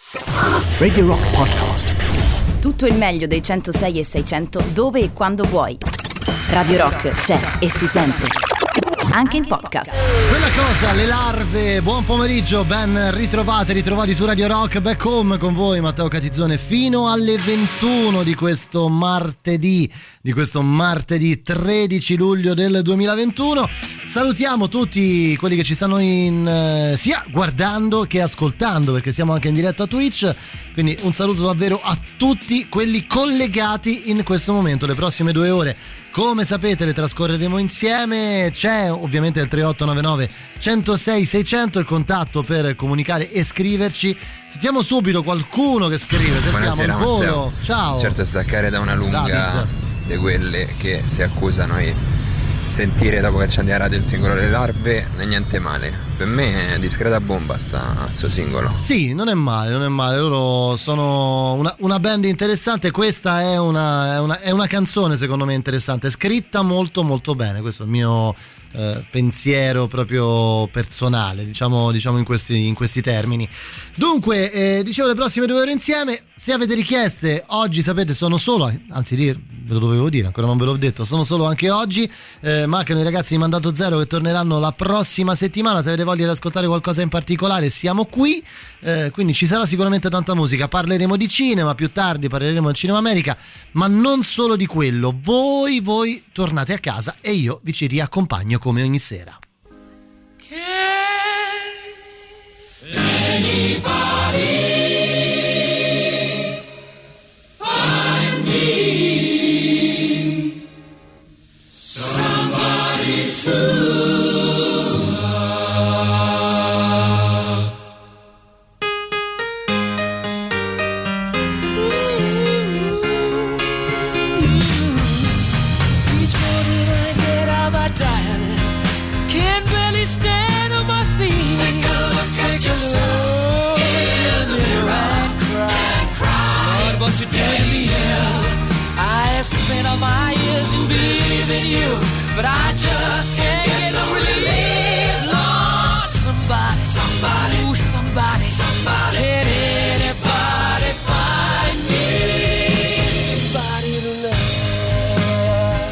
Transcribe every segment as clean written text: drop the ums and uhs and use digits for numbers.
Radio Rock Podcast. Tutto il meglio dei 106 e 600 dove e quando vuoi. Radio Rock c'è e si sente anche in podcast. Quella cosa, le larve, buon pomeriggio, ben ritrovati su Radio Rock, back home con voi Matteo Catizzone fino alle 21 di questo martedì 13 luglio del 2021. Salutiamo tutti quelli che ci stanno sia guardando che ascoltando, perché siamo anche in diretta a Twitch, quindi un saluto davvero a tutti quelli collegati in questo momento. Le prossime 2 ore, come sapete, le trascorreremo insieme. C'è ovviamente il 3899 106 600 il contatto per comunicare e scriverci. Sentiamo subito qualcuno che scrive. Sentiamo. Buonasera, il volo. Matteo. Ciao. Certo, staccare da una lunga David. di quelle che si accusano di sentire dopo che accendi la radio il singolo delle larve non è niente male. Per me è discreta bomba sto singolo. Sì, non è male. Loro sono una band interessante. Questa è una canzone secondo me interessante, scritta molto molto bene. Questo è il mio pensiero proprio personale, diciamo in questi termini. Dunque, dicevo, le prossime 2 ore insieme. Se avete richieste, oggi sapete sono solo, anzi ve lo dovevo dire, ancora non ve l'ho detto, sono solo anche oggi, mancano i ragazzi di Mandato Zero che torneranno la prossima settimana. Se avete voglia di ascoltare qualcosa in particolare siamo qui, quindi ci sarà sicuramente tanta musica. Parleremo di cinema, più tardi parleremo del Cinema America, ma non solo di quello. Voi tornate a casa e io vi ci riaccompagno come ogni sera. What you did to me, I have spent all my years in believing you, but I just can't get no relief. Lord, somebody, ooh, somebody, can anybody find me somebody to love?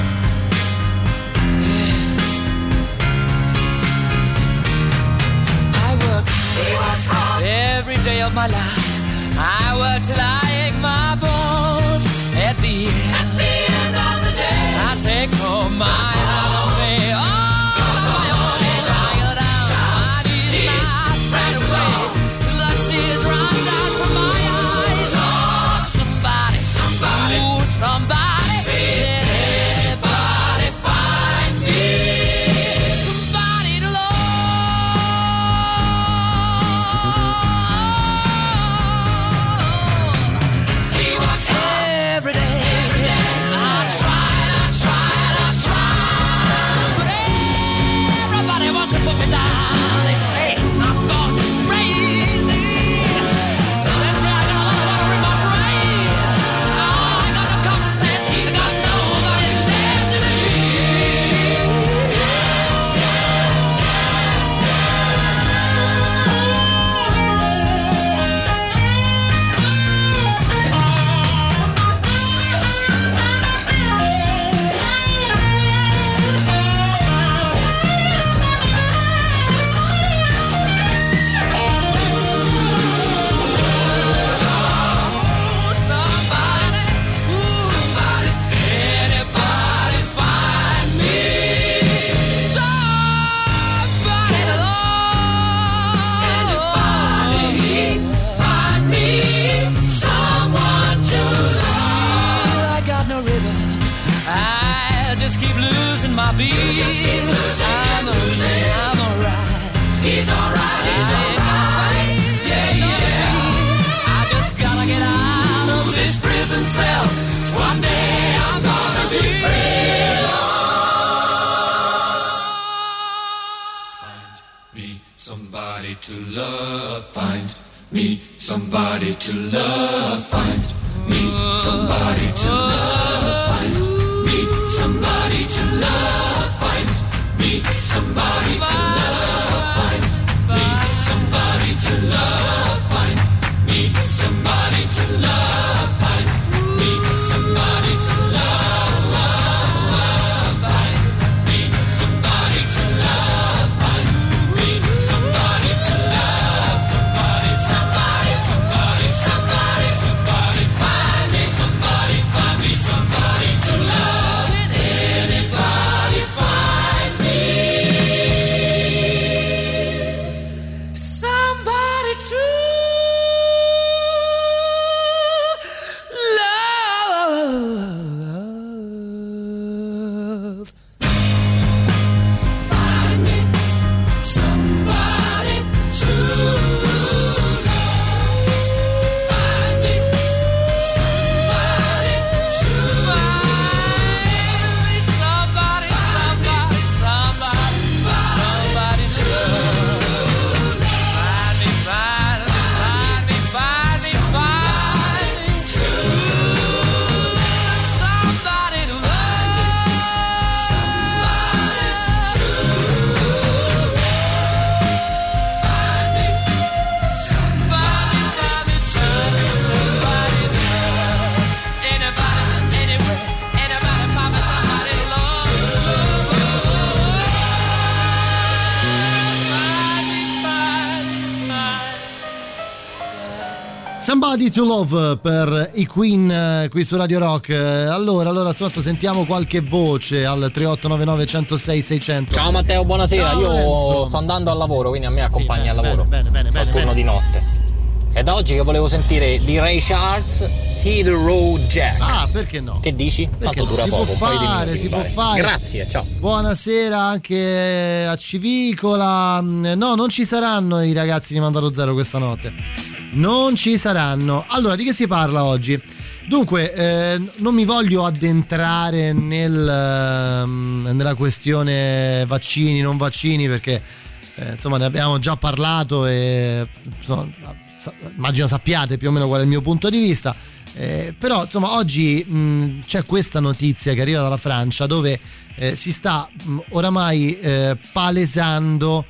Yeah. I work hard every day of my life. I work till I ache my bones. At the end of the day, I take home my holiday. Oh, I go down my knees and I spread away till the tears run down from my eyes. Oh, somebody, ooh, somebody, can anybody find me somebody to love? Every day. I tried, but everybody wants to put me down. They say I'm gone crazy. They say I got a lot of water in my brain. Oh, I got no common sense. I got nobody left to believe. Just keep losing my beat. I'm alright. He's alright. Yeah. I just gotta get out of this prison cell. Someday I'm gonna be free. Find me somebody to love. Find me somebody to love. Find me somebody to love. Find me somebody to love. Find me somebody to love. Find me somebody to love. Find me Somebody to Love per i Queen qui su Radio Rock. Allora sentiamo qualche voce al 3899 106 600. Ciao Matteo, buonasera. Ciao, io Lorenzo. sto andando al lavoro, quindi a me accompagni Sì, al lavoro. bene, al turno di notte. E da oggi che volevo sentire di Ray Charles, Hit Road Jack. Ah, perché no? Che dici? Perché Tanto no? dura Si poco, può un paio di fare, minuti, si mi può pare. fare. Grazie, ciao. Buonasera anche a Civicola. No, non ci saranno i ragazzi di Mandalo Zero questa notte. Non ci saranno. Allora, di che si parla oggi? Dunque, non mi voglio addentrare nella questione vaccini, non vaccini, perché insomma ne abbiamo già parlato e insomma, immagino sappiate più o meno qual è il mio punto di vista. Però insomma oggi c'è questa notizia che arriva dalla Francia dove si sta oramai palesando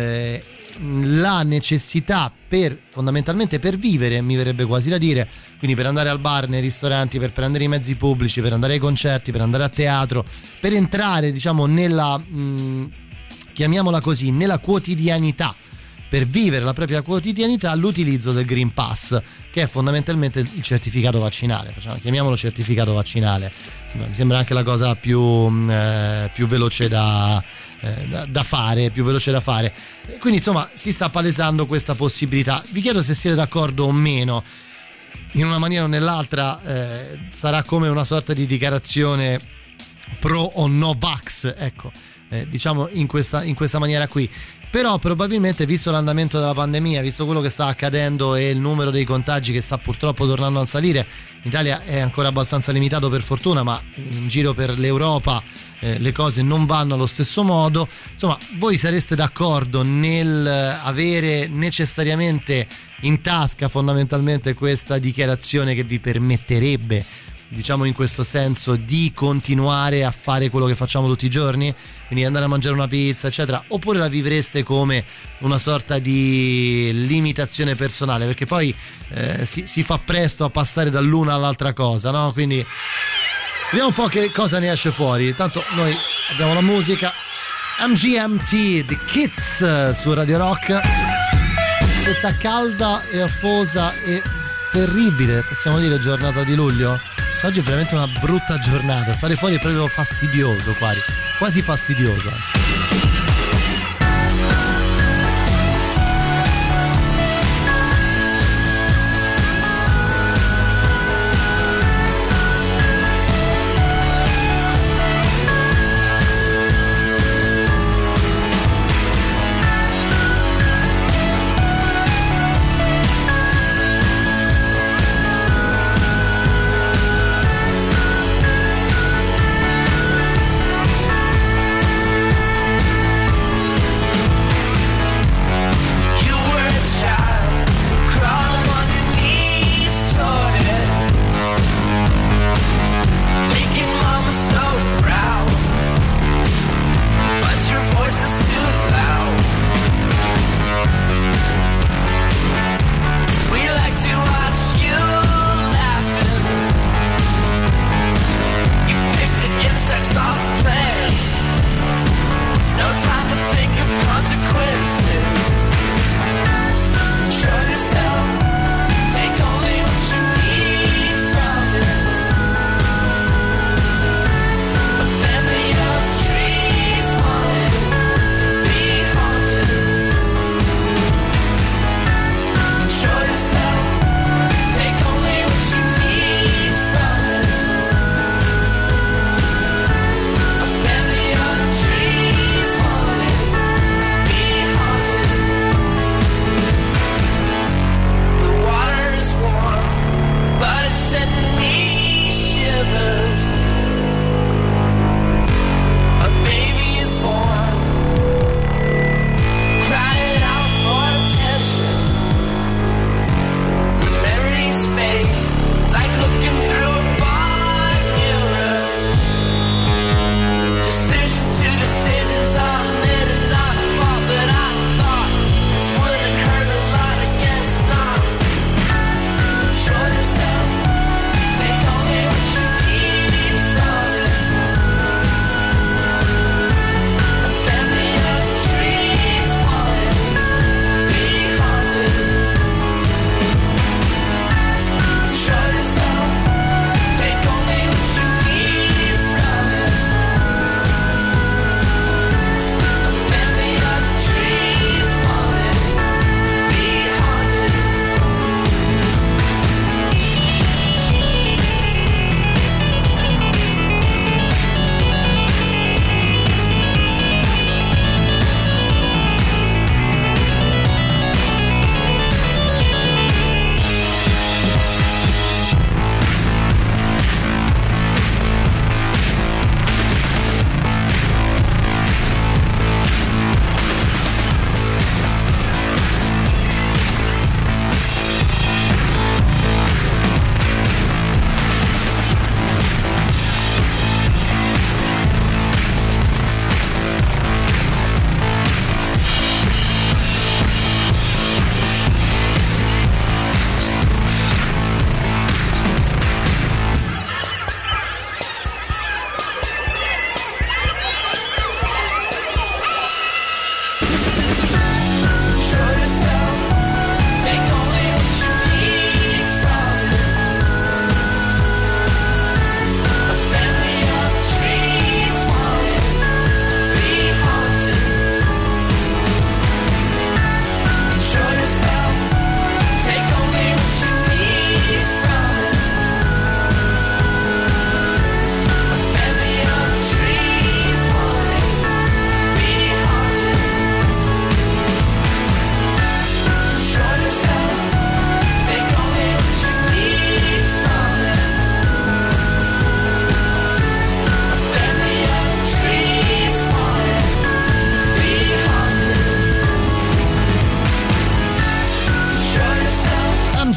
la necessità fondamentalmente per vivere, mi verrebbe quasi da dire, quindi per andare al bar, nei ristoranti, per prendere i mezzi pubblici, per andare ai concerti, per andare a teatro, per entrare diciamo nella chiamiamola così, nella quotidianità, per vivere la propria quotidianità, l'utilizzo del Green Pass, che è fondamentalmente il certificato vaccinale. Chiamiamolo certificato vaccinale, insomma, mi sembra anche la cosa più veloce da fare, più veloce da fare. Quindi insomma si sta palesando questa possibilità. Vi chiedo se siete d'accordo o meno. In una maniera o nell'altra sarà come una sorta di dichiarazione pro o no vax, ecco, diciamo in questa maniera qui. Però probabilmente, visto l'andamento della pandemia, visto quello che sta accadendo e il numero dei contagi che sta purtroppo tornando a salire, in Italia è ancora abbastanza limitato per fortuna, ma in giro per l'Europa le cose non vanno allo stesso modo. Insomma, voi sareste d'accordo nel avere necessariamente in tasca fondamentalmente questa dichiarazione che vi permetterebbe, diciamo in questo senso, di continuare a fare quello che facciamo tutti i giorni, quindi andare a mangiare una pizza eccetera, oppure la vivreste come una sorta di limitazione personale, perché poi si fa presto a passare dall'una all'altra cosa, no? Quindi vediamo un po' che cosa ne esce fuori. Tanto noi abbiamo la musica. MGMT, The Kids su Radio Rock, questa calda e afosa e terribile, possiamo dire, giornata di luglio. Oggi è veramente una brutta giornata, stare fuori è proprio fastidioso, quasi fastidioso anzi.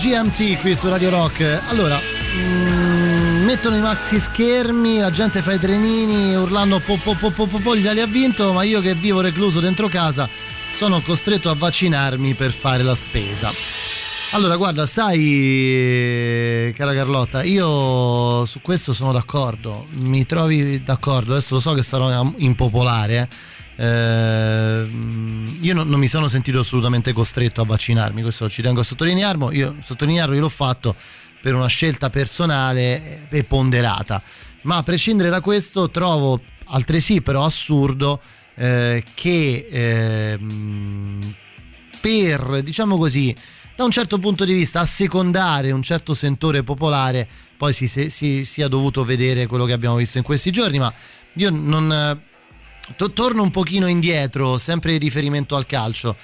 GMT qui su Radio Rock. Allora, mettono i maxi schermi, la gente fa i trenini urlando l'Italia ha vinto, ma io che vivo recluso dentro casa sono costretto a vaccinarmi per fare la spesa. Allora, guarda, sai, cara Carlotta, io su questo sono d'accordo. Mi trovi d'accordo? Adesso lo so che sarò impopolare, io non mi sono sentito assolutamente costretto a vaccinarmi, questo ci tengo a sottolinearlo. Io l'ho fatto per una scelta personale e ponderata, ma a prescindere da questo trovo altresì però assurdo che per, diciamo così, da un certo punto di vista assecondare un certo sentore popolare poi si sia dovuto vedere quello che abbiamo visto in questi giorni. Ma io non torno un pochino indietro, sempre in riferimento al calcio.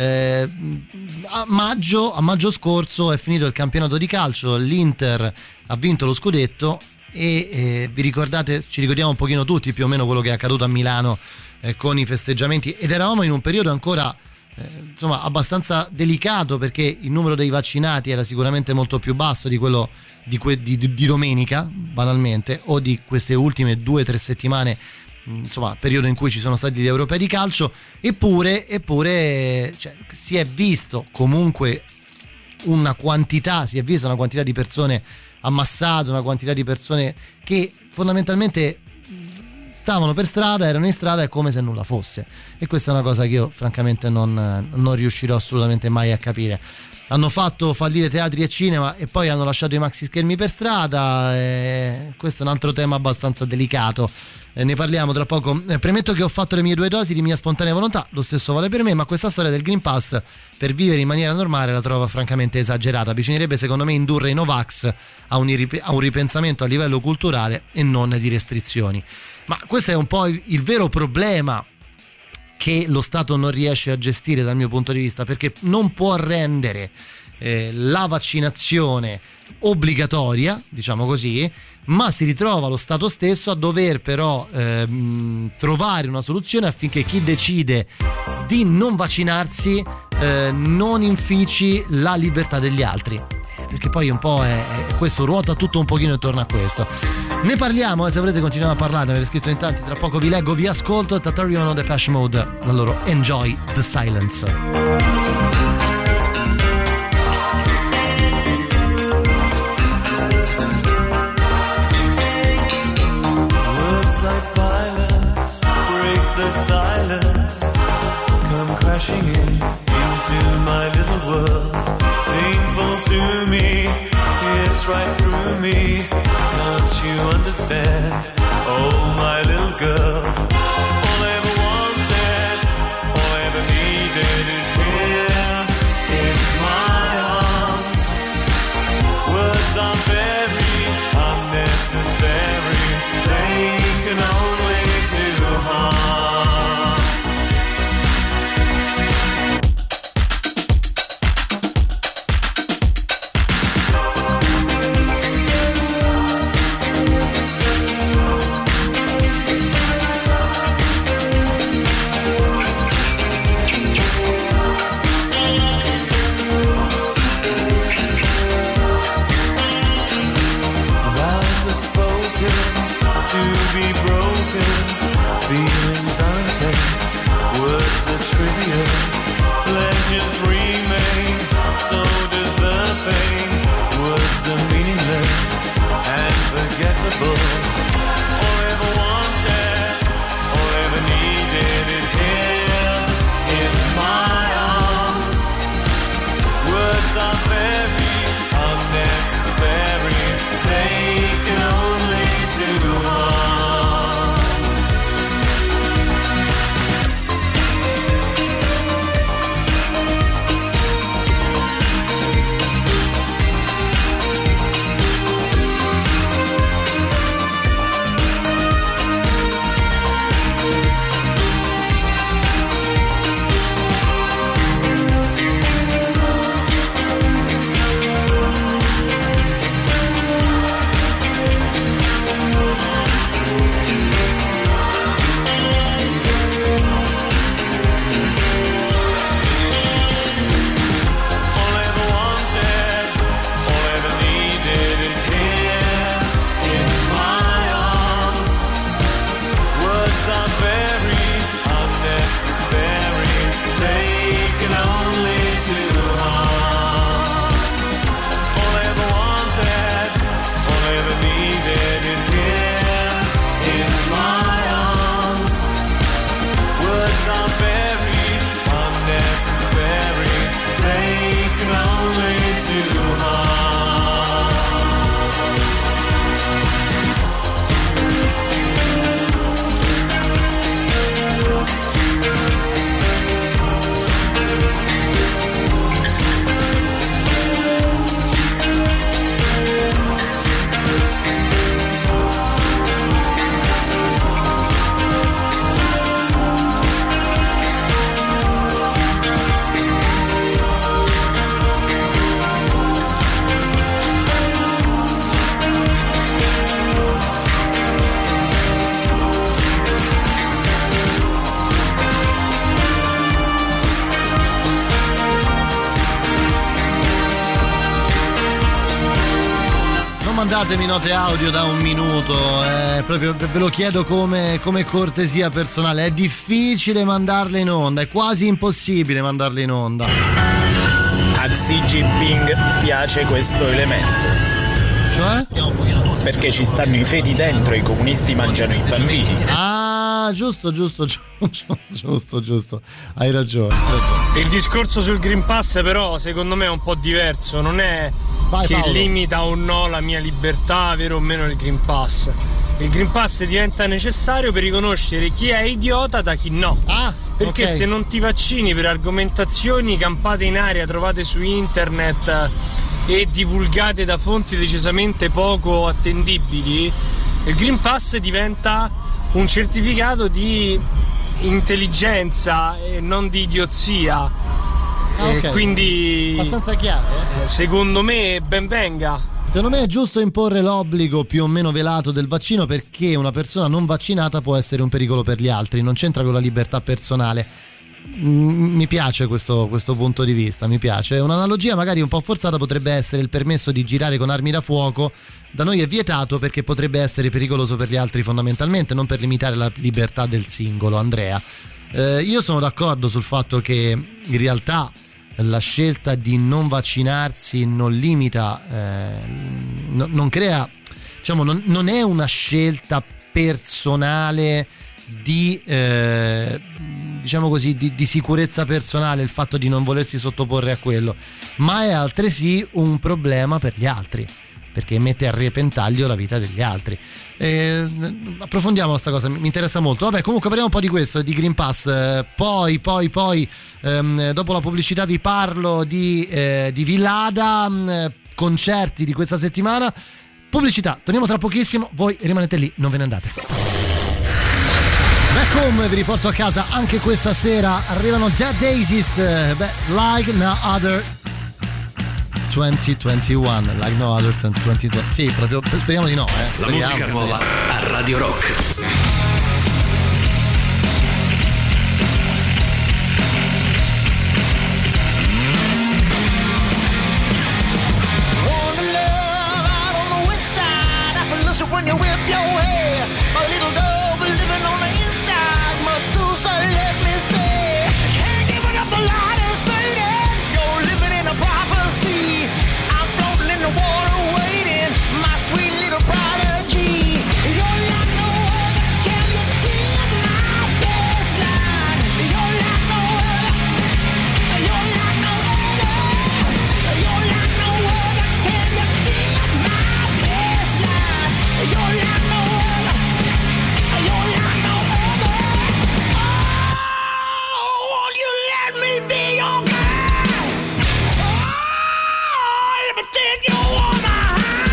A maggio scorso è finito il campionato di calcio, l'Inter ha vinto lo scudetto e vi ricordate, ci ricordiamo un pochino tutti più o meno quello che è accaduto a Milano con i festeggiamenti, ed eravamo in un periodo ancora insomma abbastanza delicato, perché il numero dei vaccinati era sicuramente molto più basso di quello di domenica, banalmente, o di queste ultime 2-3 settimane, insomma periodo in cui ci sono stati gli europei di calcio. Eppure cioè, si è visto comunque una quantità di persone ammassate, una quantità di persone che fondamentalmente stavano per strada, erano in strada, è come se nulla fosse, e questa è una cosa che io francamente non riuscirò assolutamente mai a capire. Hanno fatto fallire teatri e cinema e poi hanno lasciato i maxi schermi per strada, questo è un altro tema abbastanza delicato, ne parliamo tra poco. Premetto che ho fatto le mie 2 dosi di mia spontanea volontà, lo stesso vale per me, ma questa storia del Green Pass per vivere in maniera normale la trovo francamente esagerata. Bisognerebbe secondo me indurre i Novax a un ripensamento a livello culturale e non di restrizioni. Ma questo è un po' il vero problema che lo Stato non riesce a gestire dal mio punto di vista, perché non può rendere la vaccinazione obbligatoria, diciamo così, ma si ritrova lo Stato stesso a dover però trovare una soluzione affinché chi decide di non vaccinarsi non infici la libertà degli altri, perché poi un po' è questo, ruota tutto un pochino intorno a questo. Ne parliamo, se volete continuiamo a parlarne, avete scritto in tanti, tra poco vi leggo, vi ascolto. Tattariano Depeche Mode, la loro Enjoy the Silence. Like violence, break the silence, come crashing into my little world, painful to me, it's right through me, can't you understand, oh my little girl, all I ever wanted, all I ever needed is here, in my arms, words are very unnecessary, they can only do harm. mandatemi note audio da 1 minuto, proprio ve lo chiedo come cortesia personale. È difficile mandarle in onda, è quasi impossibile mandarle in onda. A Xi Jinping piace questo elemento. Cioè? Perché ci stanno i feti dentro e i comunisti mangiano i bambini. Ah, giusto. Hai ragione. Il discorso sul Green Pass però secondo me è un po' diverso, non è che Paolo. limita o no la mia libertà avere o meno il Green Pass. Il Green Pass diventa necessario per riconoscere chi è idiota da chi no. Perché ok. se non ti vaccini per argomentazioni campate in aria, trovate su internet e divulgate da fonti decisamente poco attendibili, il Green Pass diventa un certificato di intelligenza e non di idiozia. Ok. Quindi Abbastanza chiaro, secondo me ben venga. Secondo me è giusto imporre l'obbligo più o meno velato del vaccino, perché una persona non vaccinata può essere un pericolo per gli altri, non c'entra con la libertà personale. Mi piace questo punto di vista, mi piace. Un'analogia magari un po' forzata potrebbe essere il permesso di girare con armi da fuoco. Da noi è vietato perché potrebbe essere pericoloso per gli altri, fondamentalmente, non per limitare la libertà del singolo. Andrea, io sono d'accordo sul fatto che in realtà la scelta di non vaccinarsi non limita, non crea, diciamo, non è una scelta personale di diciamo così di sicurezza personale, il fatto di non volersi sottoporre a quello, ma è altresì un problema per gli altri, perché mette a repentaglio la vita degli altri. Approfondiamo questa cosa, mi interessa molto. Vabbè, comunque parliamo un po' di questo, di Green Pass. Poi dopo la pubblicità vi parlo di Villada, concerti di questa settimana. Pubblicità, torniamo tra pochissimo, voi rimanete lì, non ve ne andate. Back Home vi riporto a casa anche questa sera. Arrivano Dead Daisies, Like No Other 2021, Like No Other 2020. Sì, proprio speriamo di no, La musica nuova a Radio Rock. When you whip your hair, a little dove living on the inside. Medusa, let me stay. Can't give it up a lot is fading. You're living in a prophecy. I'm floating in the water waiting. My sweet little prodigy. You're like no other. Can you dig my baseline? You're like no other. You're like no other. You're like no other. Can you dig my baseline? You're like no other. You're like no other. Oh, won't you let me be your girl? Oh, let me take you on my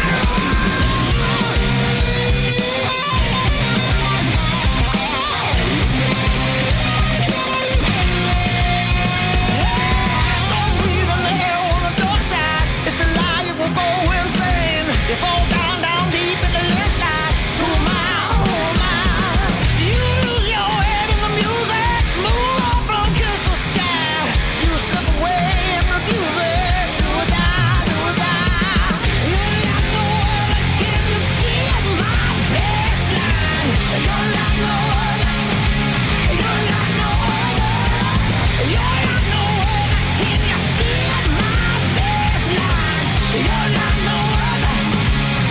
Don't breathe in the air on the dark side. It's a lie, you will go insane. You fall down, down deep in the landslide. Who am I? Who am I? You lose your head in the music. Move on from kiss the sky. You slip away and refuse it. Do or die, do or die. You're like no other. Can you feel my baseline? You're like no other. You're like no other. You're like no other. Can you feel my baseline? You're like no other.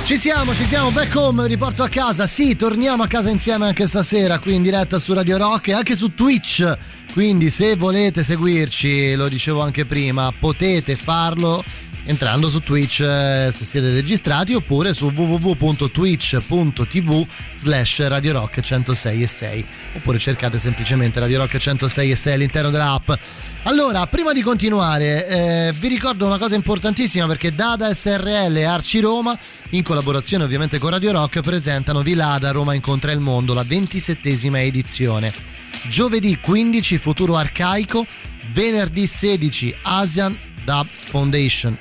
Ci siamo, back home, riporto a casa. Sì, torniamo a casa insieme anche stasera qui in diretta su Radio Rock e anche su Twitch. Quindi se volete seguirci, lo dicevo anche prima, potete farlo entrando su Twitch se siete registrati, oppure su www.twitch.tv/Radio Rock 106.6, oppure cercate semplicemente Radio Rock 106.6 all'interno dell'app. Allora, prima di continuare vi ricordo una cosa importantissima, perché Dada SRL e Arci Roma, in collaborazione ovviamente con Radio Rock, presentano Vilada Roma incontra il mondo, la 27esima edizione. Giovedì 15 Futuro Arcaico, venerdì 16 Asian Dub Foundation,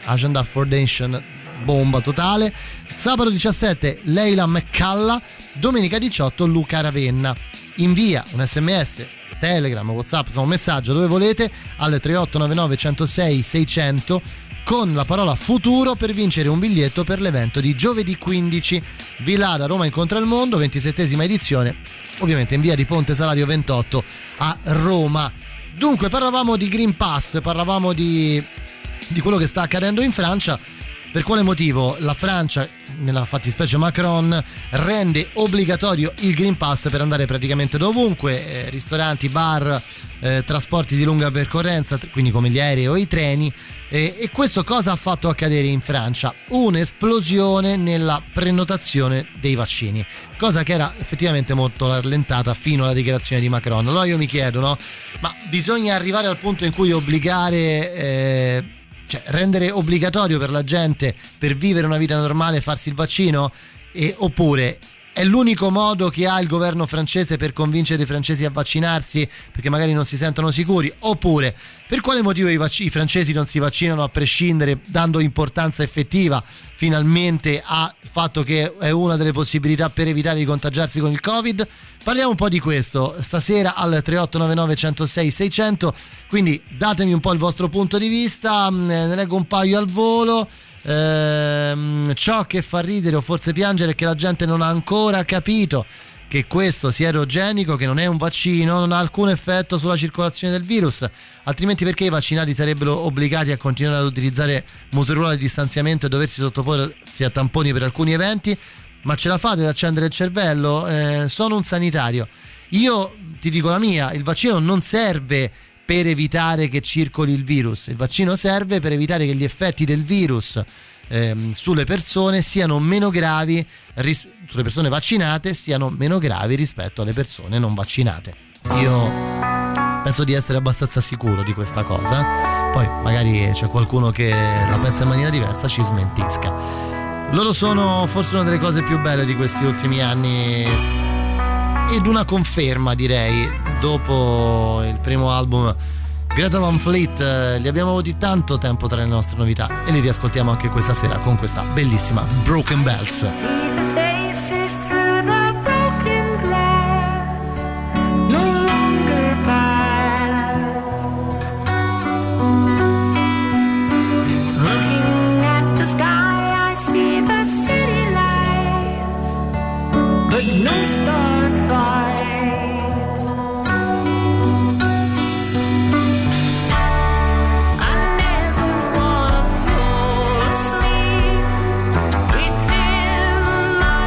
bomba totale, sabato 17 Leila McCalla, domenica 18 Luca Ravenna. Invia un SMS, Telegram, WhatsApp, insomma un messaggio dove volete al 3899 106 600 con la parola futuro per vincere un biglietto per l'evento di giovedì 15 Vilada Roma incontra il mondo, 27esima edizione, ovviamente in via di Ponte Salario 28 a Roma. Dunque, parlavamo di Green Pass, parlavamo di quello che sta accadendo in Francia. Per quale motivo la Francia, nella fattispecie Macron, rende obbligatorio il Green Pass per andare praticamente dovunque, ristoranti, bar, trasporti di lunga percorrenza, quindi come gli aerei o i treni, e questo cosa ha fatto accadere in Francia? Un'esplosione nella prenotazione dei vaccini, cosa che era effettivamente molto rallentata fino alla dichiarazione di Macron. Allora io mi chiedo, no? Ma bisogna arrivare al punto in cui obbligare... cioè rendere obbligatorio per la gente, per vivere una vita normale, farsi il vaccino? Oppure è l'unico modo che ha il governo francese per convincere i francesi a vaccinarsi, perché magari non si sentono sicuri? Oppure per quale motivo i francesi non si vaccinano a prescindere, dando importanza effettiva finalmente al fatto che è una delle possibilità per evitare di contagiarsi con il Covid? Parliamo un po' di questo stasera al 3899 106 600, quindi datemi un po' il vostro punto di vista, ne leggo un paio al volo. Ciò che fa ridere o forse piangere è che la gente non ha ancora capito che questo sierogenico, che non è un vaccino, non ha alcun effetto sulla circolazione del virus, altrimenti perché i vaccinati sarebbero obbligati a continuare ad utilizzare museruola di distanziamento e doversi sottoporsi a tamponi per alcuni eventi? Ma ce la fate ad accendere il cervello? Sono un sanitario, io ti dico la mia, il vaccino non serve per evitare che circoli il virus, il vaccino serve per evitare che gli effetti del virus sulle persone siano meno gravi, sulle persone vaccinate siano meno gravi rispetto alle persone non vaccinate. Io penso di essere abbastanza sicuro di questa cosa, poi magari c'è qualcuno che la pensa in maniera diversa, ci smentisca. Loro sono forse una delle cose più belle di questi ultimi anni ed una conferma, direi, dopo il primo album Greta Van Fleet. Li abbiamo avuti tanto tempo tra le nostre novità e li riascoltiamo anche questa sera con questa bellissima Broken Bells. No star fights. I never wanna fall asleep within my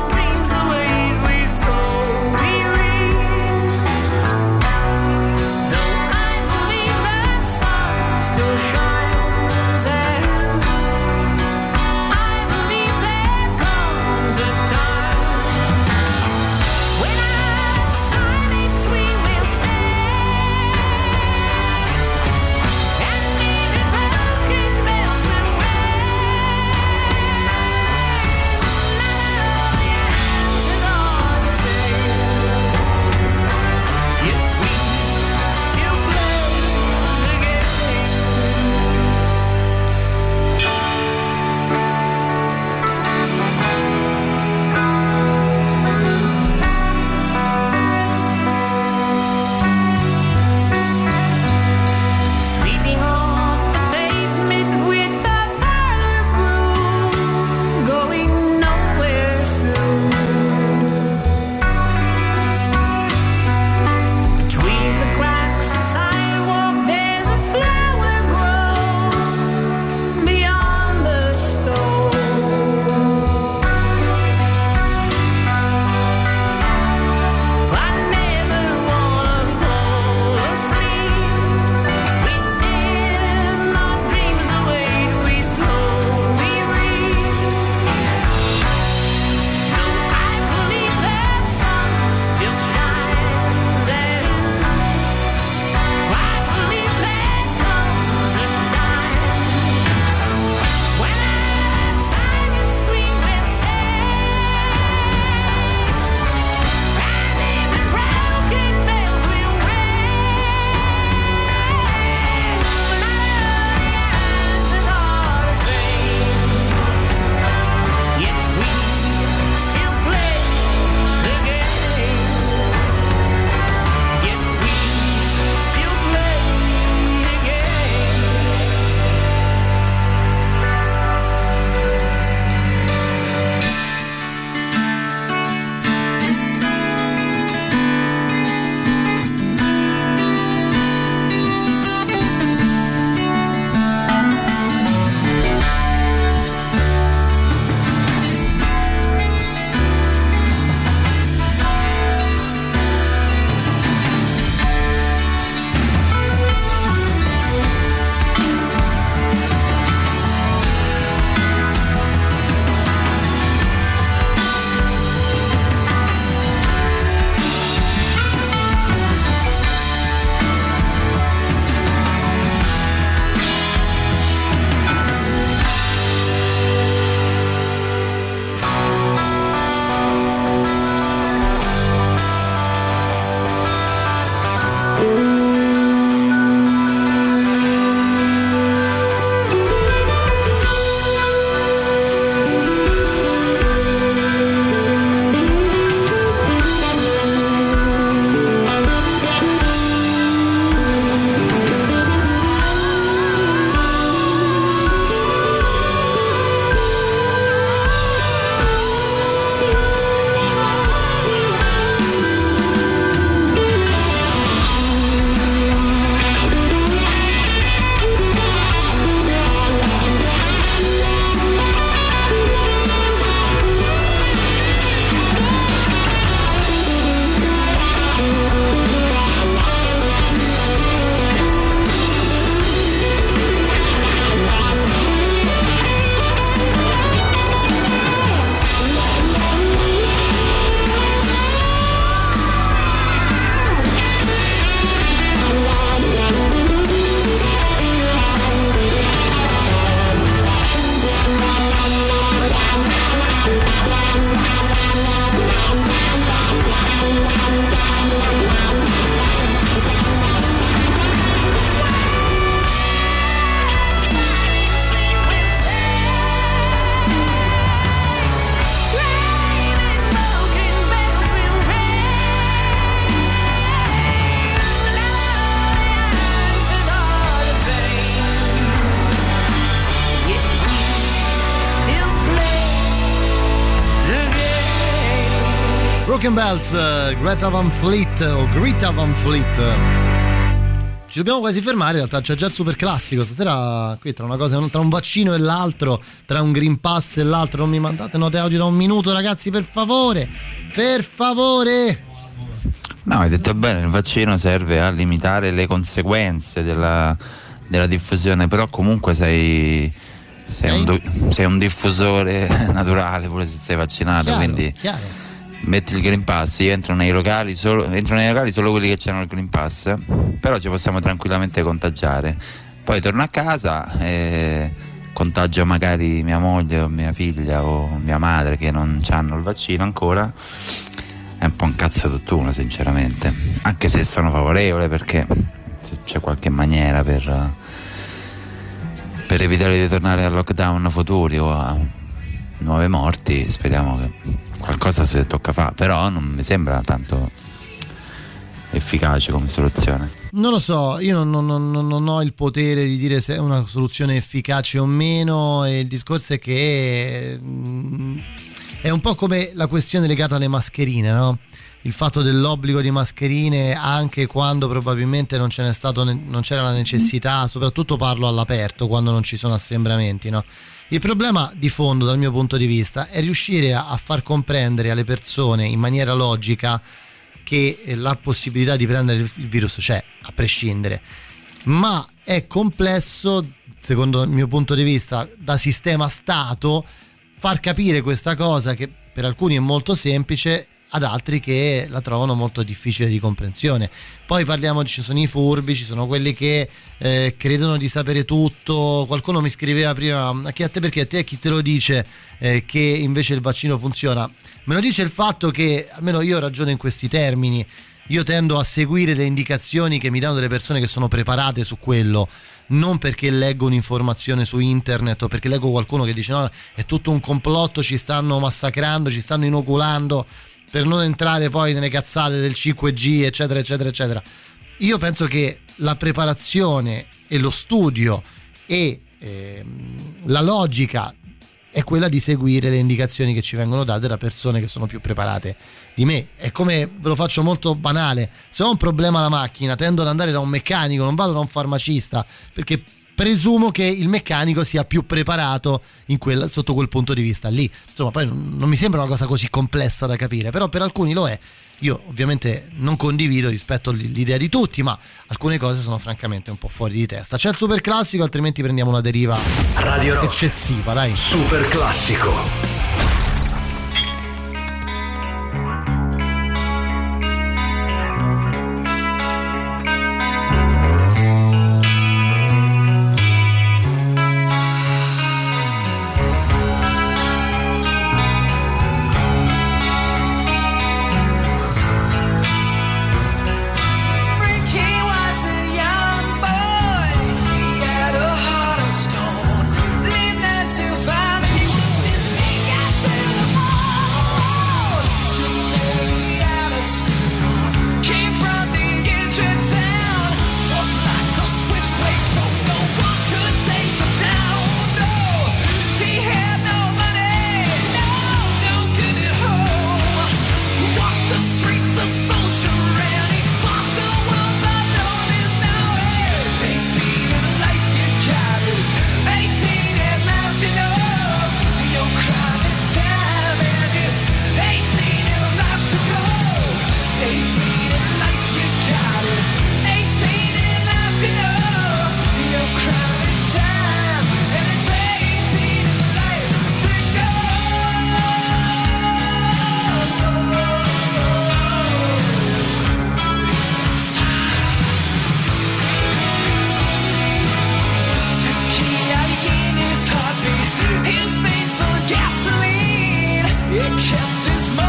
Broken Bells, Greta Van Fleet o Greta Van Fleet. Ci dobbiamo quasi fermare, in realtà c'è già il super classico stasera qui, tra una cosa, tra un vaccino e l'altro, tra un Green Pass e l'altro. Non mi mandate note audio da un minuto, ragazzi, per favore, per favore. No, hai detto bene, il vaccino serve a limitare le conseguenze della diffusione, però comunque sei un diffusore naturale pure se sei vaccinato, chiaro, quindi chiaro. Metti il Green Pass, io entro nei locali solo quelli che hanno il Green Pass, però ci possiamo tranquillamente contagiare. Poi torno a casa e contagio magari mia moglie o mia figlia o mia madre che non hanno il vaccino ancora. È un po' un cazzo tutt'uno, sinceramente, anche se sono favorevole, perché se c'è qualche maniera per evitare di tornare a lockdown futuri o a nuove morti, speriamo che qualcosa si tocca fare, però non mi sembra tanto efficace come soluzione. Non lo so, io non ho il potere di dire se è una soluzione efficace o meno, e il discorso è che è un po' come la questione legata alle mascherine, no? Il fatto dell'obbligo di mascherine anche quando probabilmente non c'era la necessità, soprattutto parlo all'aperto, quando non ci sono assembramenti, no? Il problema di fondo, dal mio punto di vista, è riuscire a far comprendere alle persone in maniera logica che la possibilità di prendere il virus c'è, a prescindere, ma è complesso, secondo il mio punto di vista, da sistema Stato, far capire questa cosa che per alcuni è molto semplice, ad altri che la trovano molto difficile di comprensione. Poi ci sono i furbi, ci sono quelli che credono di sapere tutto. Qualcuno mi scriveva prima, perché a te chi te lo dice che invece il vaccino funziona? Me lo dice il fatto che, almeno io ragiono in questi termini, io tendo a seguire le indicazioni che mi danno delle persone che sono preparate su quello, non perché leggo un'informazione su internet o perché leggo qualcuno che dice no, è tutto un complotto, ci stanno massacrando, ci stanno inoculando, per non entrare poi nelle cazzate del 5G, eccetera eccetera eccetera. Io penso che la preparazione e lo studio e la logica è quella di seguire le indicazioni che ci vengono date da persone che sono più preparate di me. È come, ve lo faccio molto banale, se ho un problema alla macchina tendo ad andare da un meccanico, non vado da un farmacista, perché presumo che il meccanico sia più preparato sotto quel punto di vista lì. Insomma, poi non mi sembra una cosa così complessa da capire, però per alcuni lo è. Io ovviamente non condivido rispetto l'idea di tutti, ma alcune cose sono francamente un po' fuori di testa. C'è il super classico, altrimenti prendiamo una deriva Radio Rock eccessiva, dai. Super classico. It kept his mind.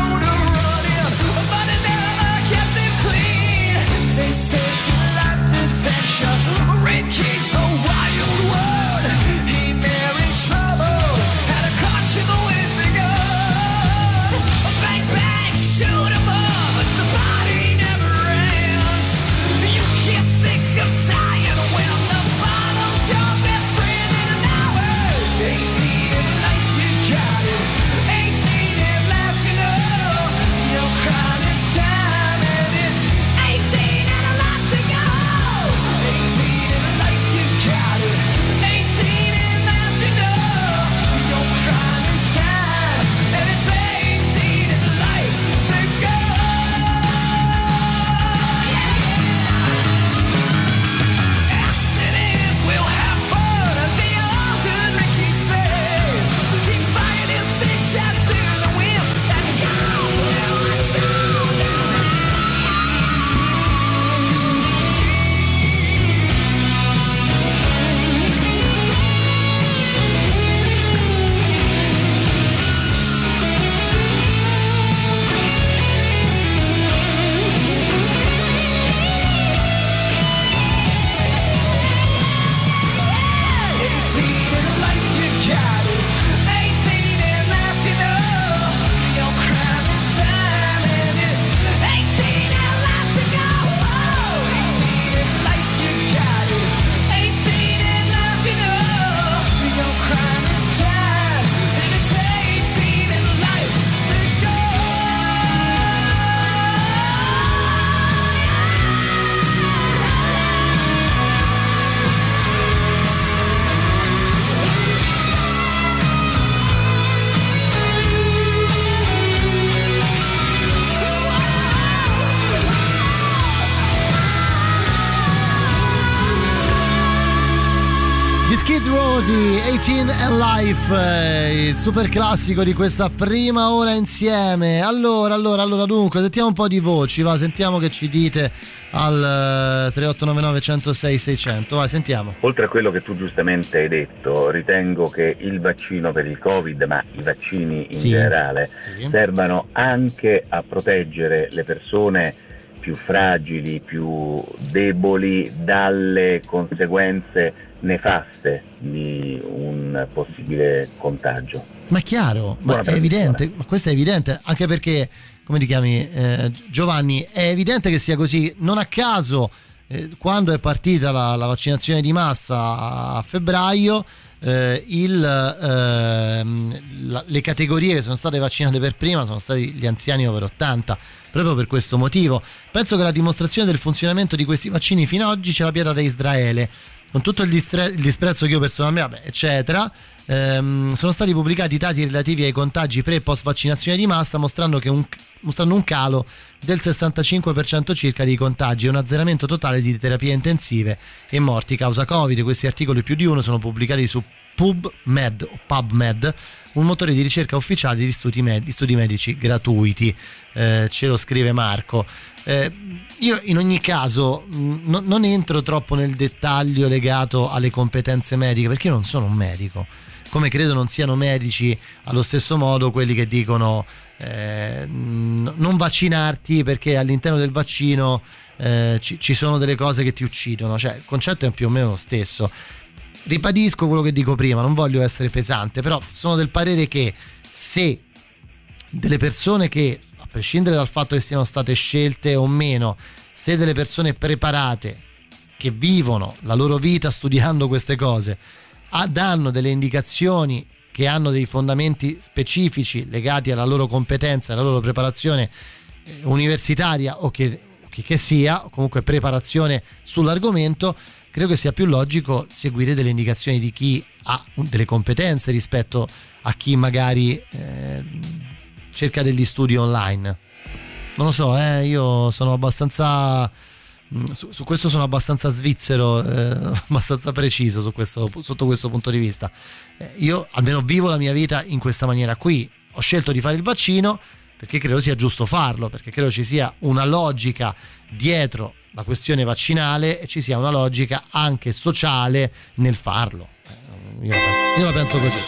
Melody, 18 and Life, il super classico di questa prima ora insieme. Allora, dunque, sentiamo un po' di voci, va, sentiamo che ci dite al 3899 106 600, vai, sentiamo. Oltre a quello che tu giustamente hai detto, ritengo che il vaccino per il Covid, ma i vaccini in generale, servano anche a proteggere le persone più fragili, più deboli dalle conseguenze nefaste di un possibile contagio. Ma è chiaro, ma è evidente, ma questo è evidente, anche perché, come ti chiami, Giovanni, è evidente che sia così. Non a caso quando è partita la vaccinazione di massa a febbraio, le categorie che sono state vaccinate per prima sono stati gli anziani over 80, proprio per questo motivo. Penso che la dimostrazione del funzionamento di questi vaccini fino ad oggi ce l'ha da Israele, con tutto il disprezzo che io personalmente, eccetera. Sono stati pubblicati dati relativi ai contagi pre e post vaccinazione di massa, mostrando un calo del 65% circa di contagi e un azzeramento totale di terapie intensive e morti causa Covid. Questi articoli, più di uno, sono pubblicati su PubMed, un motore di ricerca ufficiale di studi medici gratuiti. Ce lo scrive Marco. Io in ogni caso non entro troppo nel dettaglio legato alle competenze mediche, perché io non sono un medico, come credo non siano medici allo stesso modo quelli che dicono non vaccinarti perché all'interno del vaccino ci sono delle cose che ti uccidono. Cioè, il concetto è più o meno lo stesso. Ribadisco quello che dico prima, non voglio essere pesante, però sono del parere che se delle persone che, a prescindere dal fatto che siano state scelte o meno, se delle persone preparate che vivono la loro vita studiando queste cose danno delle indicazioni che hanno dei fondamenti specifici legati alla loro competenza, alla loro preparazione universitaria o che sia, o comunque preparazione sull'argomento, credo che sia più logico seguire delle indicazioni di chi ha delle competenze rispetto a chi magari cerca degli studi online. Non lo so, io sono abbastanza su questo sono abbastanza svizzero, abbastanza preciso sotto questo punto di vista. Io almeno vivo la mia vita in questa maniera qui. Ho scelto di fare il vaccino perché credo sia giusto farlo, perché credo ci sia una logica dietro la questione vaccinale e ci sia una logica anche sociale nel farlo. Io la penso così.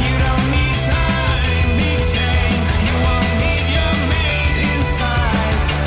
Inside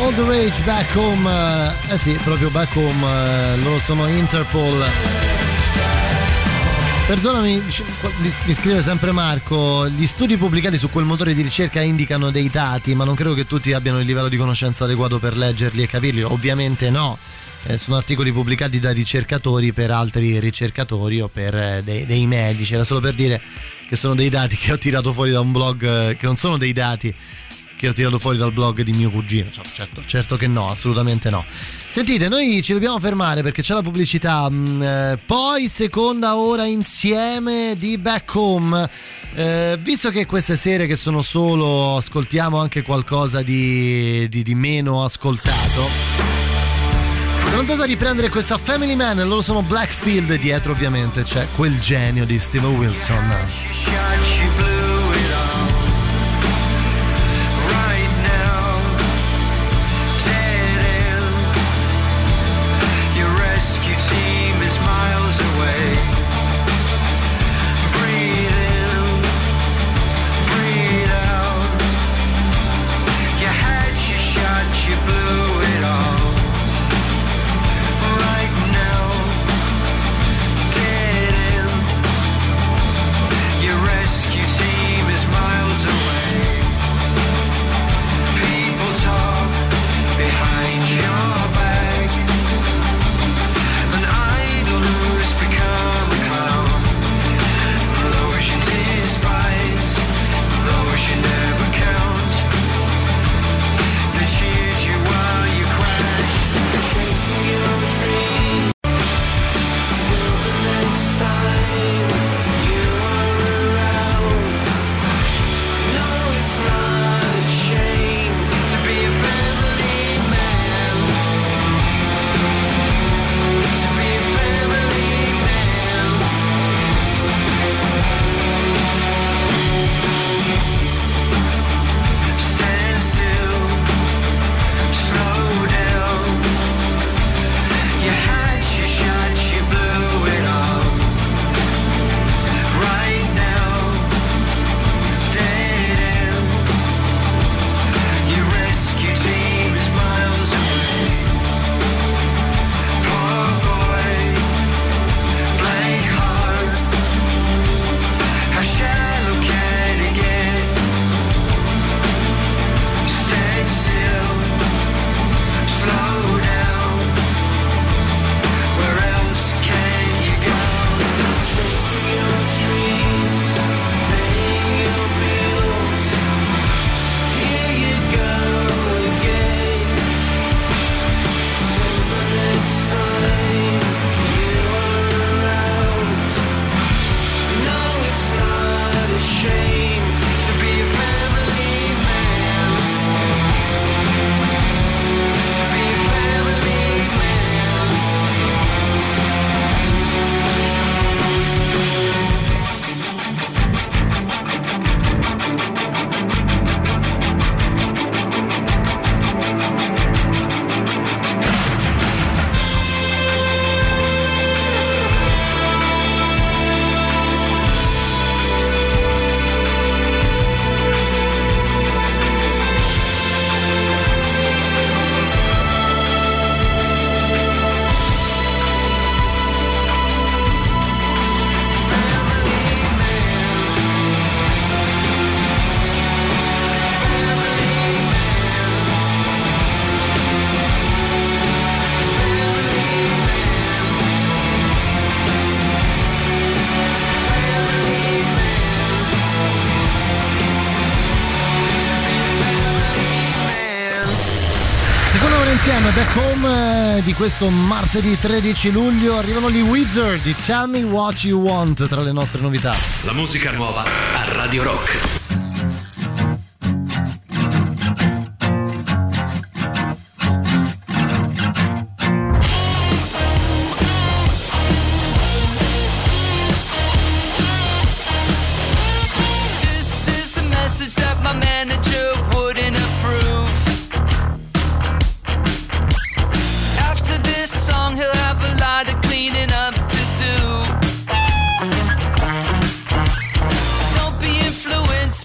All the Rage, Back Home. Sì, proprio Back Home. Loro sono Interpol. Perdonami, mi scrive sempre Marco, gli studi pubblicati su quel motore di ricerca indicano dei dati, ma non credo che tutti abbiano il livello di conoscenza adeguato per leggerli e capirli. Ovviamente no. Sono articoli pubblicati da ricercatori per altri ricercatori o per dei medici. Era solo per dire che sono dei dati che ho tirato fuori da un blog, che non sono dei dati che ho tirato fuori dal blog di mio cugino. Certo che no, assolutamente no. Sentite, noi ci dobbiamo fermare perché c'è la pubblicità, poi seconda ora insieme di Back Home. Visto che queste sere che sono solo ascoltiamo anche qualcosa di meno ascoltato, sono andato a riprendere questa Family Man e loro sono Blackfield, dietro ovviamente c'è quel genio di Steve Wilson. Insieme Back Home di questo martedì 13 luglio arrivano gli Wizard di Tell Me What You Want tra le nostre novità. La musica nuova a Radio Rock. Don't be influenced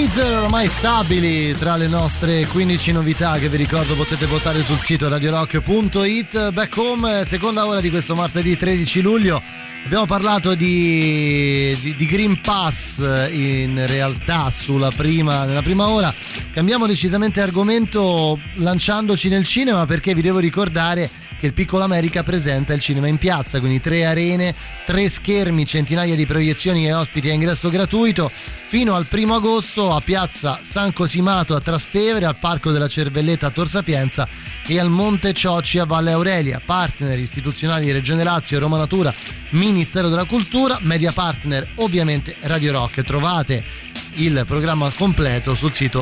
Weezer ormai stabili tra le nostre 15 novità che vi ricordo potete votare sul sito radiorock.it. Back Home, seconda ora di questo martedì 13 luglio. Abbiamo parlato di Green Pass in realtà nella prima ora. Cambiamo decisamente argomento lanciandoci nel cinema, perché vi devo ricordare che il Piccolo America presenta il cinema in piazza, quindi 3 arene, 3 schermi, centinaia di proiezioni e ospiti a ingresso gratuito fino al 1 agosto a piazza San Cosimato a Trastevere, al Parco della Cervelletta a Tor Sapienza e al Monte Ciocci a Valle Aurelia. Partner istituzionali Regione Lazio, Roma Natura, Ministero della Cultura, media partner ovviamente Radio Rock. Trovate il programma completo sul sito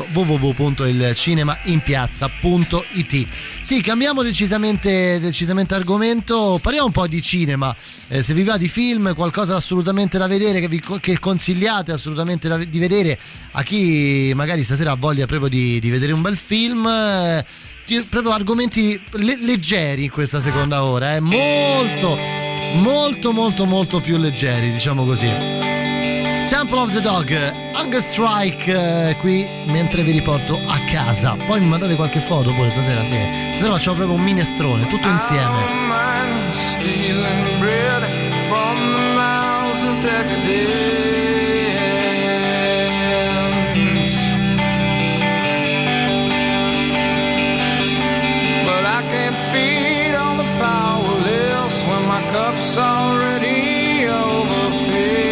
www.ilcinemainpiazza.it. Sì, cambiamo decisamente argomento, parliamo un po' di cinema. Se vi va di film, qualcosa assolutamente da vedere, che consigliate assolutamente di vedere a chi magari stasera ha voglia proprio di vedere un bel film, proprio argomenti leggeri in questa seconda ora, molto più leggeri, diciamo così. Temple of the Dog, Hunger Strike, qui mentre vi riporto a casa. Poi mi mandate qualche foto pure stasera, sì. Stasera facciamo proprio un minestrone, tutto insieme. But I can't feed on the powerless when my cup's already overfilled.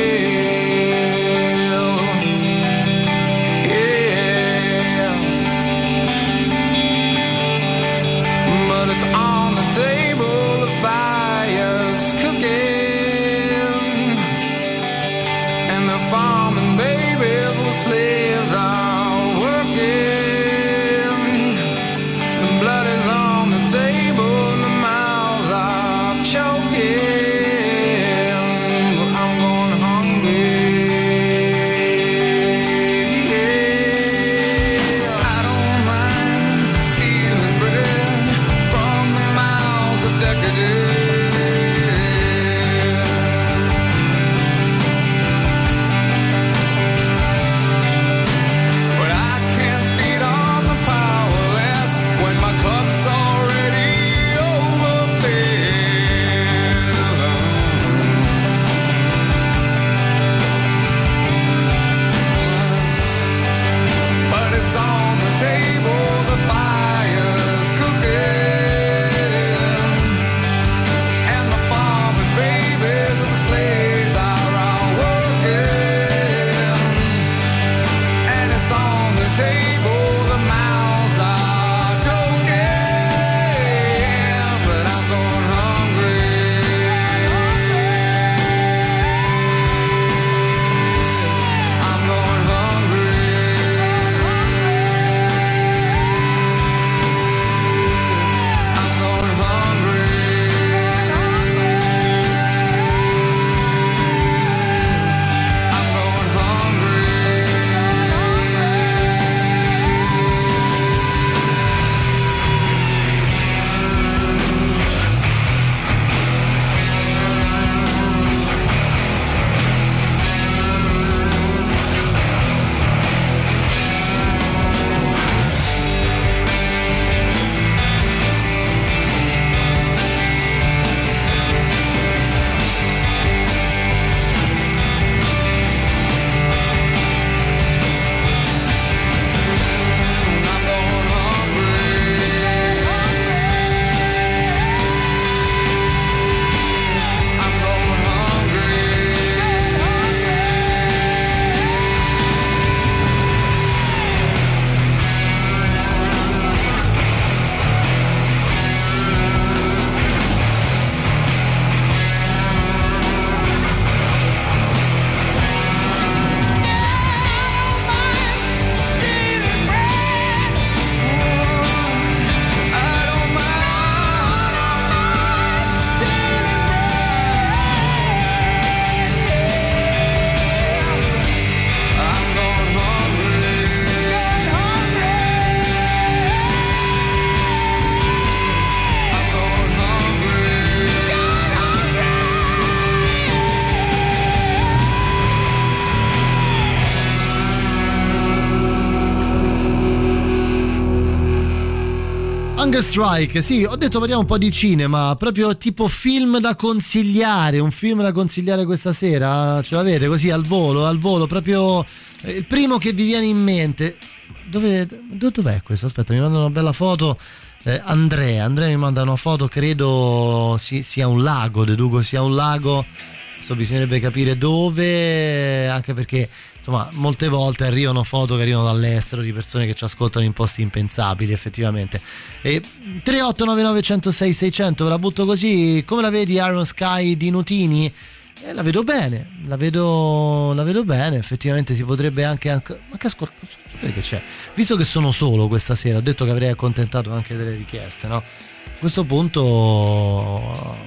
And the Hunger Strike, sì, ho detto parliamo un po' di cinema, proprio tipo film da consigliare, un film da consigliare questa sera, ce l'avete così al volo, proprio il primo che vi viene in mente. Dov'è questo? Aspetta, mi manda una bella foto. Andrea mi manda una foto, credo sia un lago, deduco sia un lago. Adesso bisognerebbe capire dove, anche perché insomma molte volte arrivano foto che arrivano dall'estero di persone che ci ascoltano in posti impensabili effettivamente. 3899 106 600, ve la butto così. Come la vedi Iron Sky di Nutini? La vedo bene, la vedo bene, effettivamente si potrebbe anche ascoltare, che c'è, visto che sono solo questa sera, ho detto che avrei accontentato anche delle richieste, no? A questo punto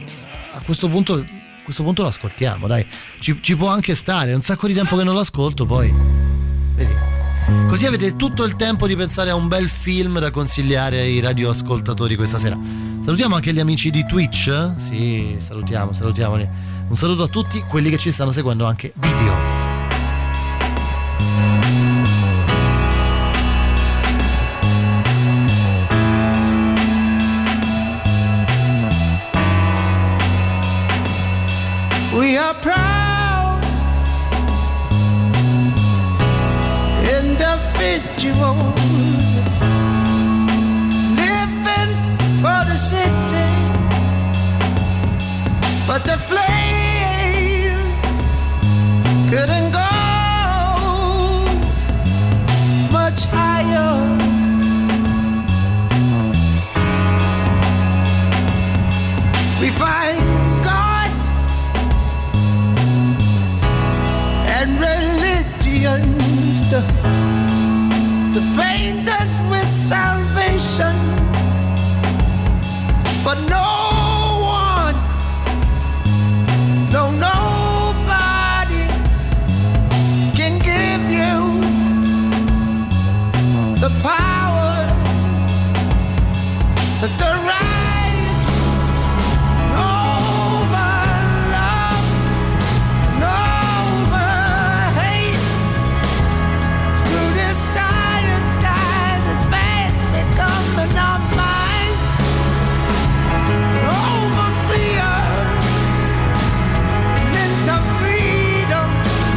lo ascoltiamo, dai, ci può anche stare, è un sacco di tempo che non lo ascolto, poi vedi, così avete tutto il tempo di pensare a un bel film da consigliare ai radioascoltatori questa sera. Salutiamo anche gli amici di Twitch, sì, salutiamoli. Un saluto a tutti quelli che ci stanno seguendo anche video. We are proud individuals living for the city, but the flames couldn't go much higher. We find God and religions to paint us with salvation, but nobody can give you the power, the right over love, over hate. Through this silent sky that's fast becoming our minds, over fear and into freedom.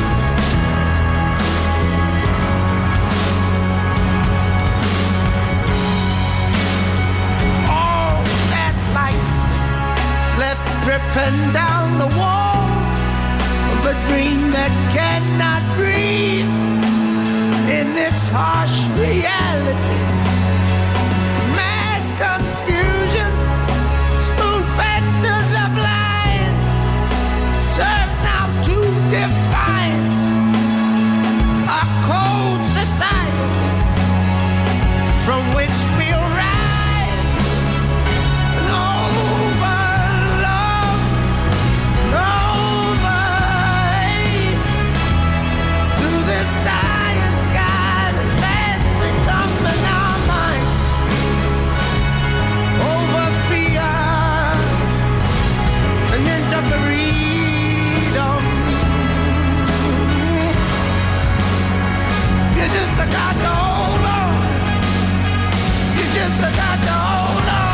All that life left dripping down the walls of a dream that cannot breathe in its harsh reality. Mass confusion, spoon-fed to the blind, serves now to define a cold society from which we'll rise and over love, over hate. Through this silent sky that's fast becoming our mind, over fear and into freedom. You just got to hold on. You just got to hold on.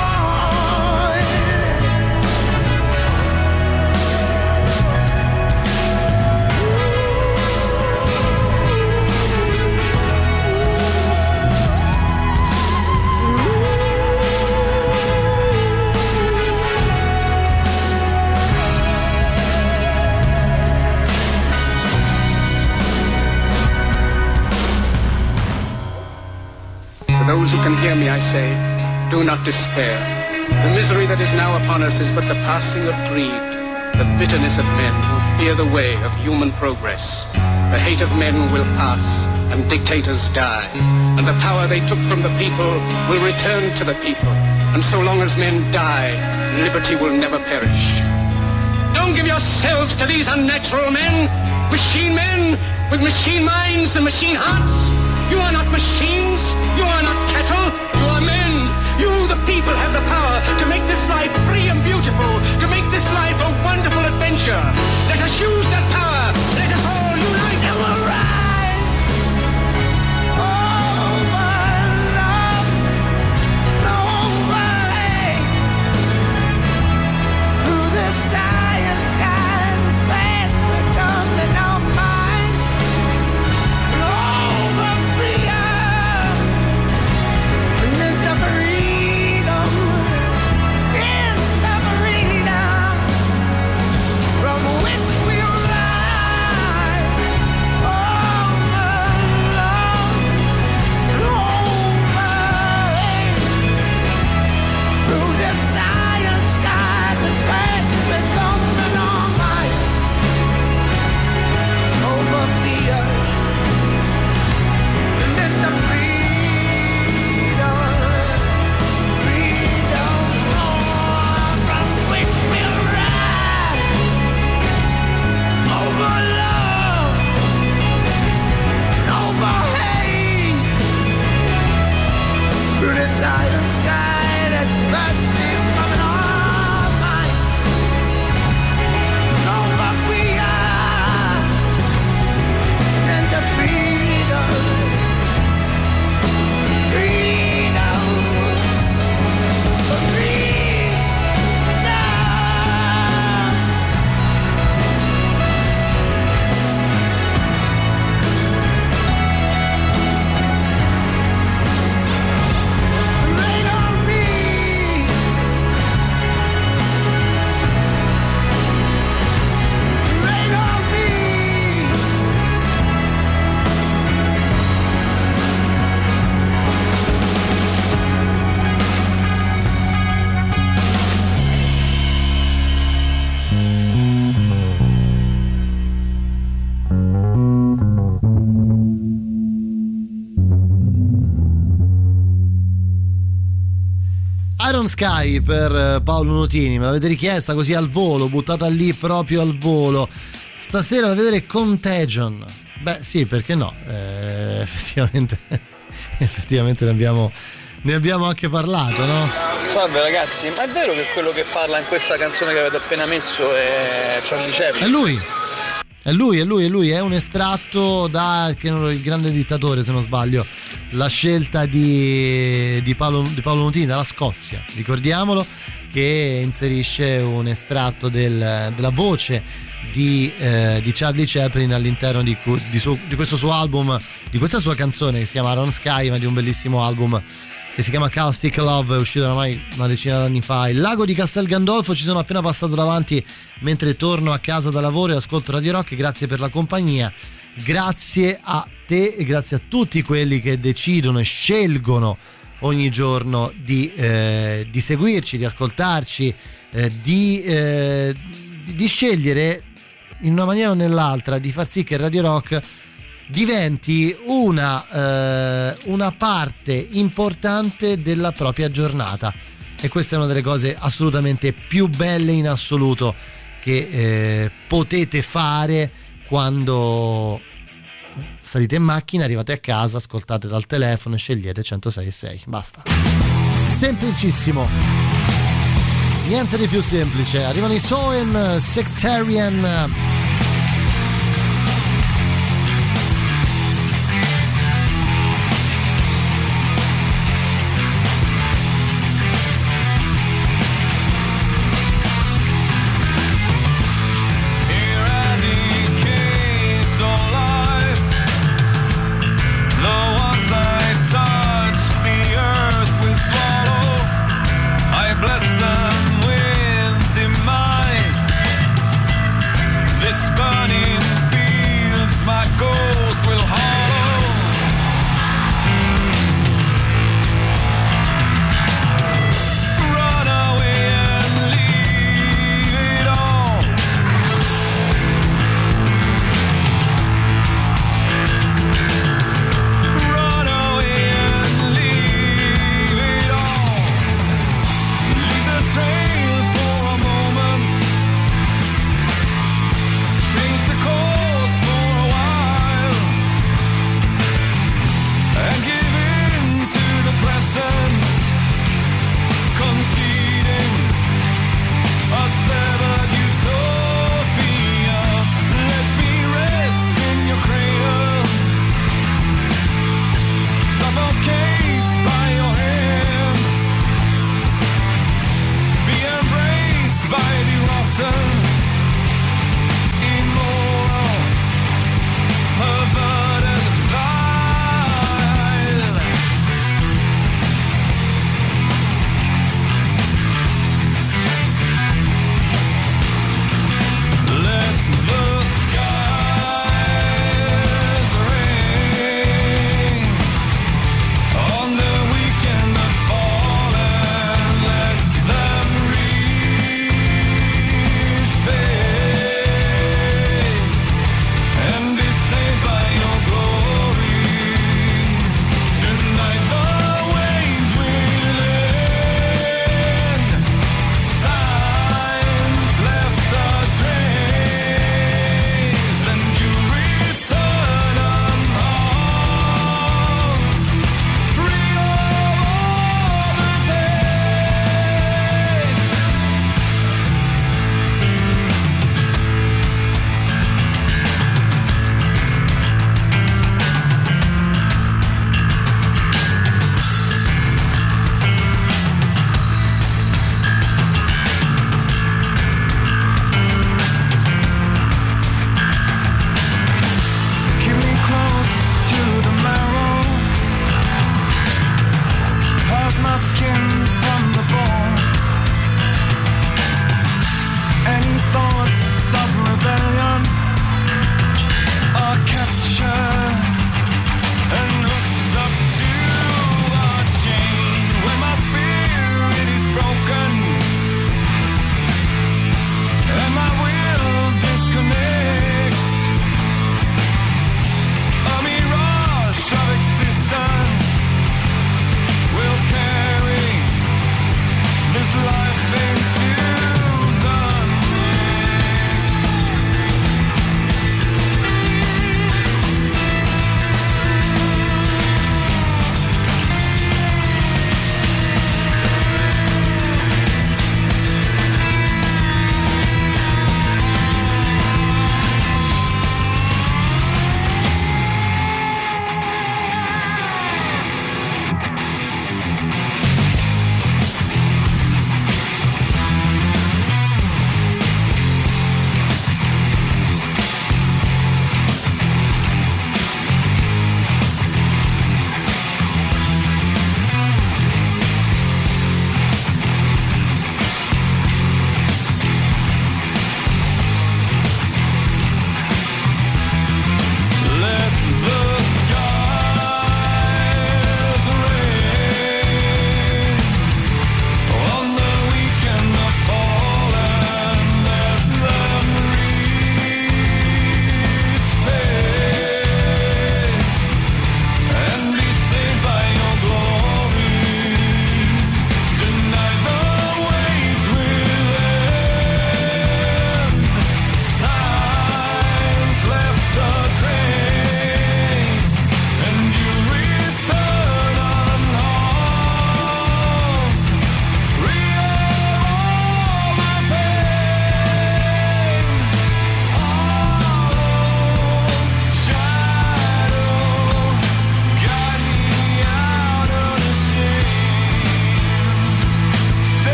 To those who can hear me, I say, do not despair. The misery that is now upon us is but the passing of greed, the bitterness of men who fear the way of human progress. The hate of men will pass, and dictators die, and the power they took from the people will return to the people. And so long as men die, liberty will never perish. Don't give yourselves to these unnatural men with machine minds and machine hearts. You are not machines, you are not cattle, you are men. You, the people, have the power to make this life free and beautiful, to make this life a wonderful adventure. Let us use that power, let us all unite. And we'll rise over love, over sky that's fast becoming all mine. No more freer than the freedom, freedom, freedom. Iron Sky per Paolo Nutini, me l'avete richiesta così al volo, buttata lì proprio al volo. Stasera da vedere Contagion. Beh sì, perché no? Effettivamente ne abbiamo anche parlato, no? Salve ragazzi, ma è vero che quello che parla in questa canzone che avete appena messo è Charlie Chaplin? È lui, è un estratto da il grande dittatore, se non sbaglio, la scelta di Paolo Nutini dalla Scozia, ricordiamolo, che inserisce un estratto della voce di Charlie Chaplin all'interno di questo suo album, di questa sua canzone che si chiama Iron Sky, ma di un bellissimo album che si chiama Caustic Love, è uscito oramai una decina d'anni fa. Il lago di Castel Gandolfo, ci sono appena passato davanti mentre torno a casa da lavoro e ascolto Radio Rock. Grazie per la compagnia, grazie a te e grazie a tutti quelli che decidono e scelgono ogni giorno di seguirci, di ascoltarci, di scegliere in una maniera o nell'altra di far sì che Radio Rock diventi una parte importante della propria giornata, e questa è una delle cose assolutamente più belle in assoluto che potete fare quando salite in macchina, arrivate a casa, ascoltate dal telefono e scegliete 106.6. Basta, semplicissimo, niente di più semplice. Arrivano i Soen, Sectarian. Bless them with demise. This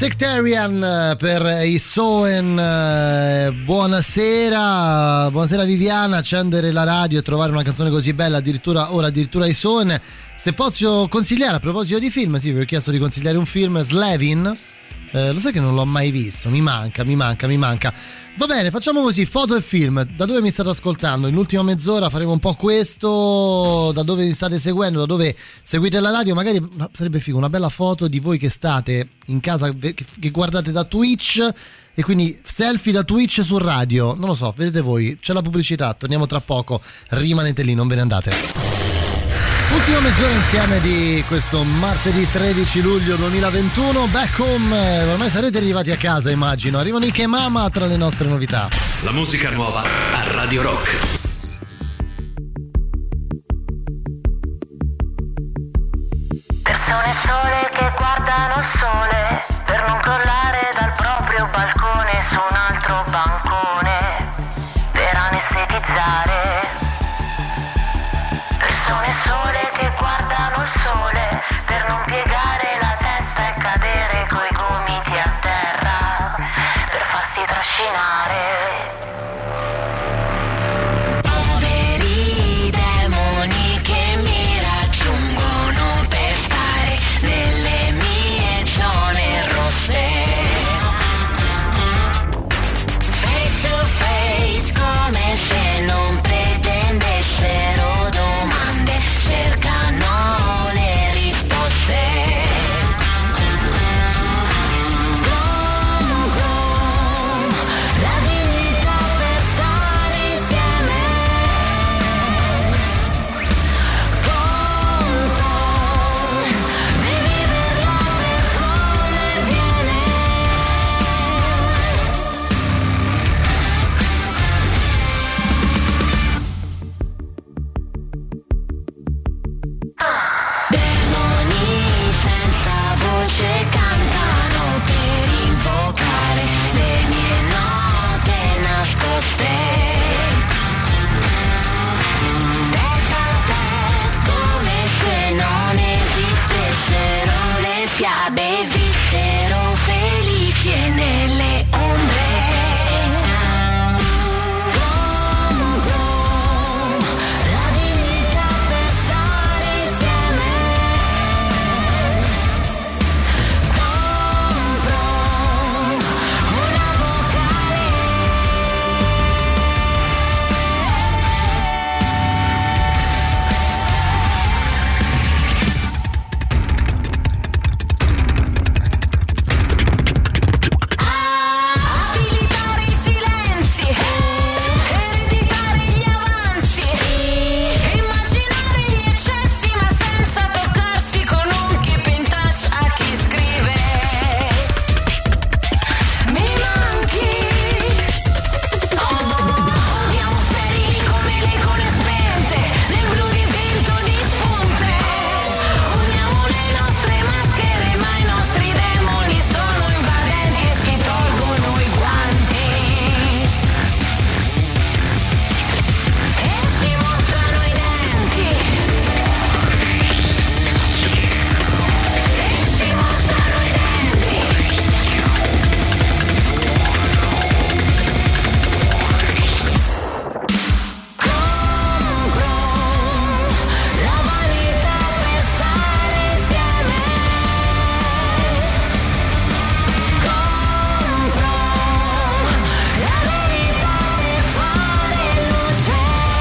Sectarian per i Soen. Buonasera Viviana, accendere la radio e trovare una canzone così bella, addirittura i Soen. Se posso consigliare, a proposito di film, sì, vi ho chiesto di consigliare un film, Slevin. Lo sai che non l'ho mai visto, mi manca. Va bene, facciamo così, foto e film. Da dove mi state ascoltando? In ultima mezz'ora faremo un po' questo, da dove mi state seguendo, da dove seguite la radio. Magari sarebbe figo una bella foto di voi che state in casa, che guardate da Twitch, e quindi selfie da Twitch su radio. Non lo so, vedete voi, c'è la pubblicità, torniamo tra poco, rimanete lì, non ve ne andate. Ultima mezz'ora insieme di questo martedì 13 luglio 2021. Back home, ormai sarete arrivati a casa, immagino. Arrivano i Kemama tra le nostre novità. La musica nuova a Radio Rock. Persone sole che guardano il sole per non crollare dal proprio balcone su un altro bancone per anestetizzare. Persone sole che guardano il sole per non piegare la testa e cadere coi gomiti a terra per farsi trascinare. Poveri demoni che mi raggiungono per stare nelle mie zone rosse. Face to face come se non pretendessero domande, cercano le risposte. La dignità per stare insieme. Conto di viverla per come viene. Demoni senza voce cantano per invocare le mie note nascoste. Tête a tête come se non esistessero le fiabe, vissero felici e nelle ombre. Compro la dignità per stare insieme. Compro una vocale. Abilitare i silenzi, ereditare gli avanzi, immaginare gli eccessi ma senza toccarsi con un keeping touch a chi scrive. Mi manchi, siamo sterili come le icone spente, nel blu dipinto di spunte. Uniamo le nostre maschere ma i nostri demoni sono invadenti e si tolgono i guanti. E ci mostrano i denti. E ci mostrano i denti. Compro la vanità per stare insieme. Compro la verità per fare luce.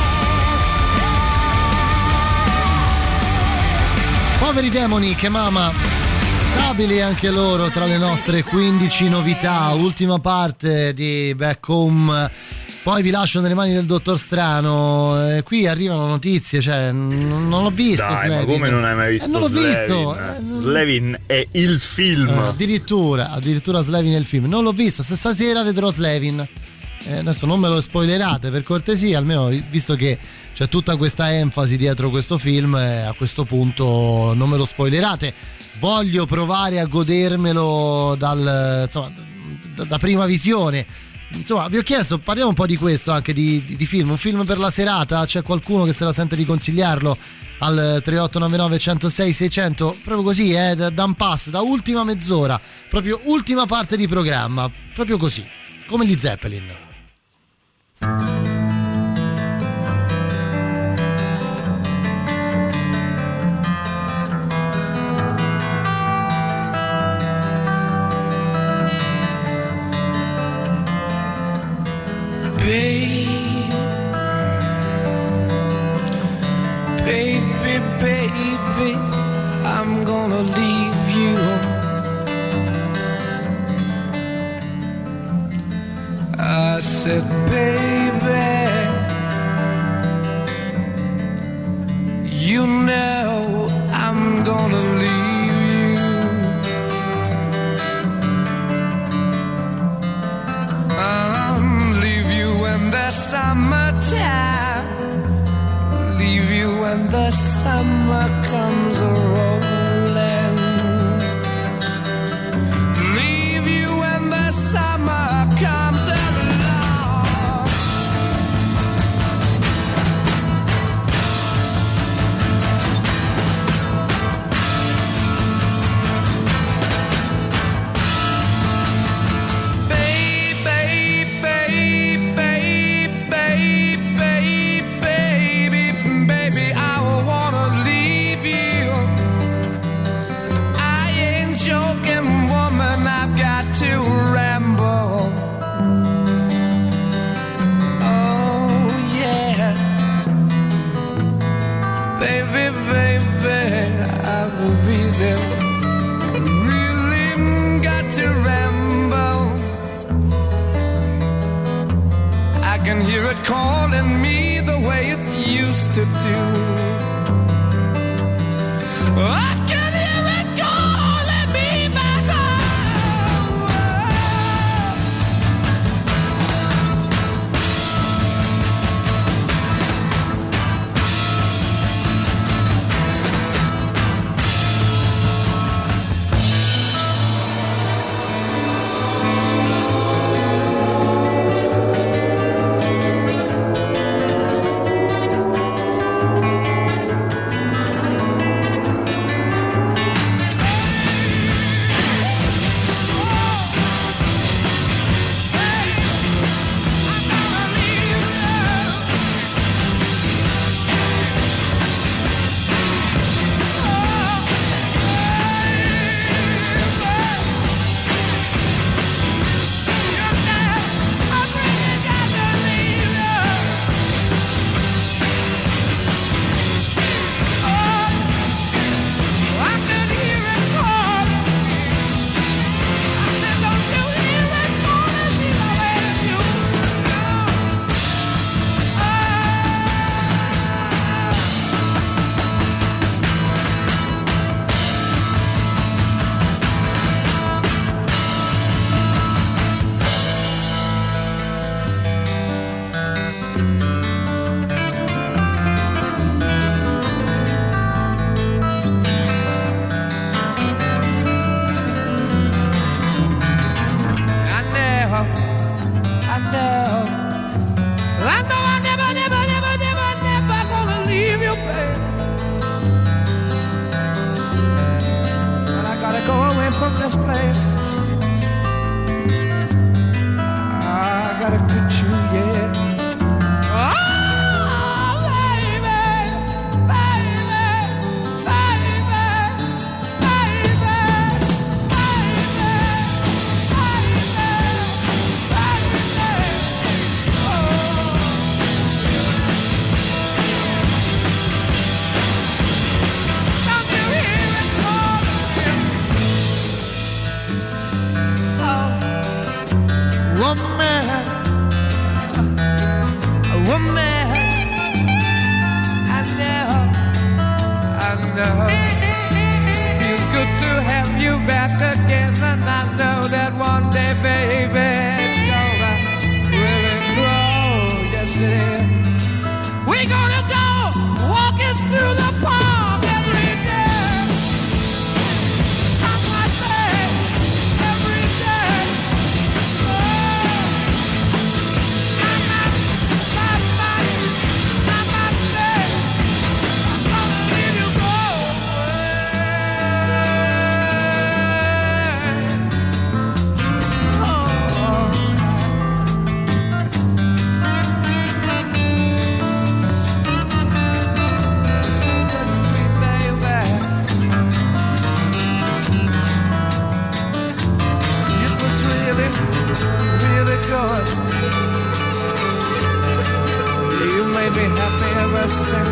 Poveri demoni, Kemama. Stabili anche loro tra le nostre 15 novità. Ultima parte di Back Home. Poi vi lascio nelle mani del dottor Strano. Qui arrivano notizie, cioè non l'ho visto. Dai, Slevin. ma come non hai mai visto non l'ho Slevin? visto. Slevin è il film. Addirittura Slevin è il film. Non l'ho visto, se stasera vedrò Slevin. Adesso non me lo spoilerate per cortesia, almeno visto che c'è tutta questa enfasi dietro questo film, a questo punto non me lo spoilerate. Voglio provare a godermelo da prima visione. insomma, vi ho chiesto, parliamo un po' di questo, anche di film, un film per la serata. C'è qualcuno che se la sente di consigliarlo al 3899 106 600, proprio così, da un pass, da ultima mezz'ora, proprio ultima parte di programma, proprio così, come gli Zeppelin. Baby, I'm gonna leave you. I said, baby, you know I'm gonna leave you. I'll leave you in the summertime, leave you when the summer comes a-rolling, leave you when the summer comes along. Really got to ramble. I can hear it calling me the way it used to do. I can hear it calling me back home.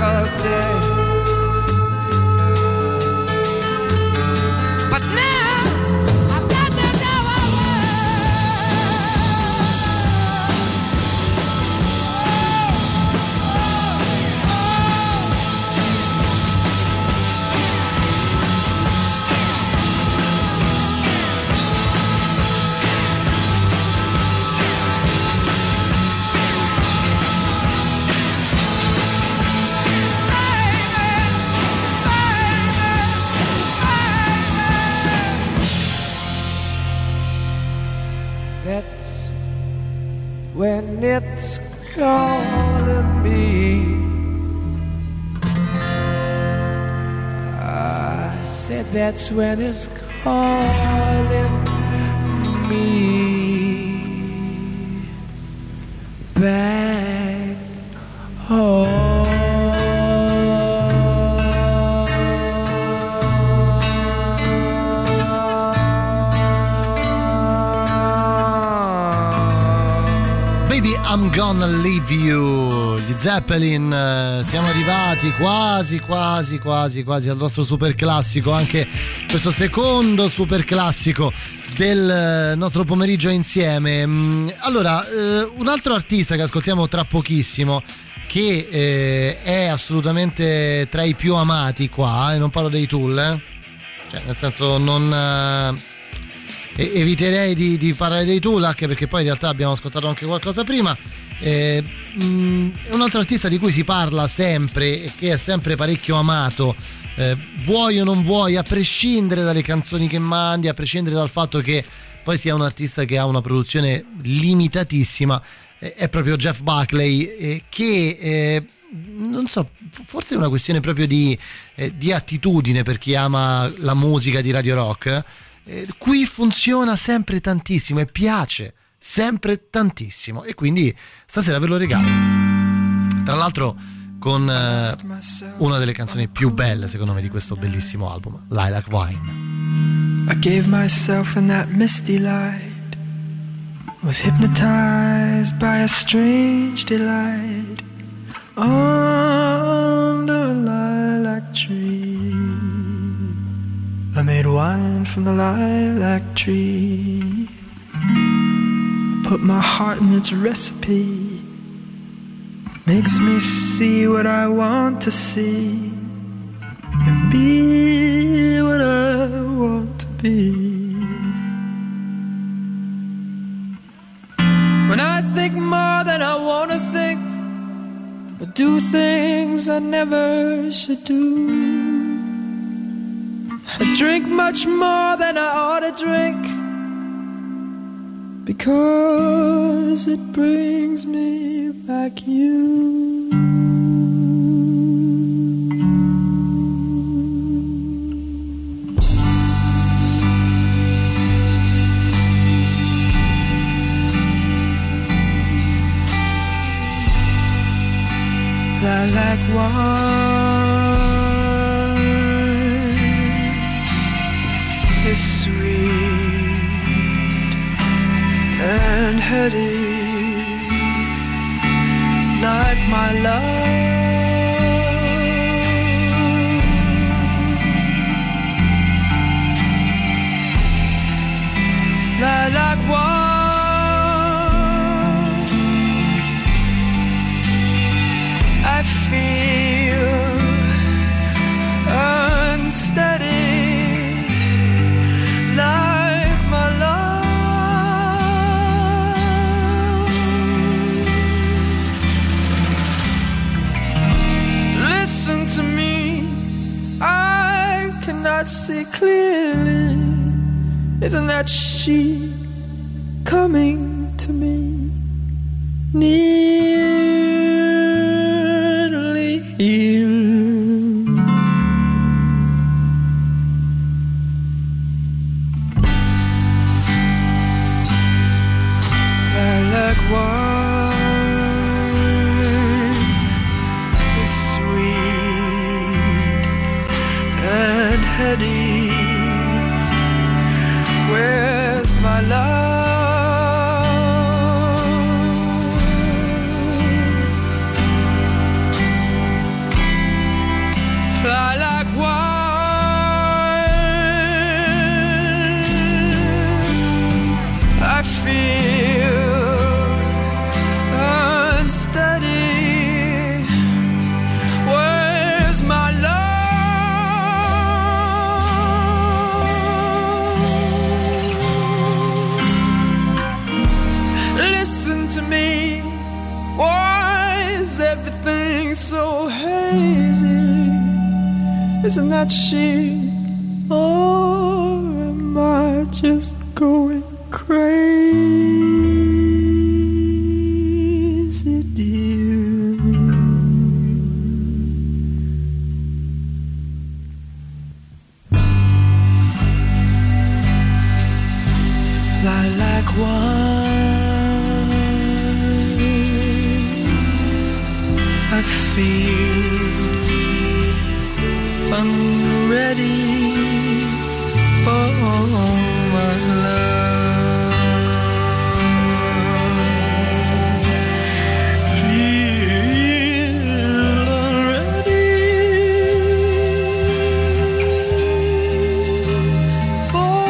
all day. But now I've got to know when it's calling me. I said that's when it's calling me back home. I'm Gonna Leave You, gli Zeppelin. Siamo arrivati quasi al nostro super classico, anche questo secondo super classico del nostro pomeriggio insieme. Allora, un altro artista che ascoltiamo tra pochissimo, che è assolutamente tra i più amati qua, e non parlo dei Tool, cioè nel senso non... eviterei di parlare dei Tool, anche perché poi in realtà abbiamo ascoltato anche qualcosa prima. È un altro artista di cui si parla sempre e che è sempre parecchio amato, vuoi o non vuoi, a prescindere dalle canzoni che mandi, a prescindere dal fatto che poi sia un artista che ha una produzione limitatissima, è proprio Jeff Buckley, che non so, forse è una questione proprio di attitudine per chi ama la musica di Radio Rock. Qui funziona sempre tantissimo e piace sempre tantissimo, e quindi stasera ve lo regalo, tra l'altro con una delle canzoni più belle secondo me di questo bellissimo album, Lilac Wine. I gave myself in that misty light, was hypnotized by a strange delight under a lilac tree. I made wine from the lilac tree, put my heart in its recipe, makes me see what I want to see and be what I want to be. When I think more than I want to think, I do things I never should do. I drink much more than I ought to drink, because it brings me back you. Lilac wine is sweet and heady, like my love. Lilac wine, I feel unsteady, like my love. Listen to me, I cannot see clearly. Isn't that she coming to me? Nearly here. Lilac wine is sweet and heady. Where's my love? crazy? Isn't that she? Or am I just going crazy, dear? Lilac wine, I feel unready for my love. Feel unready for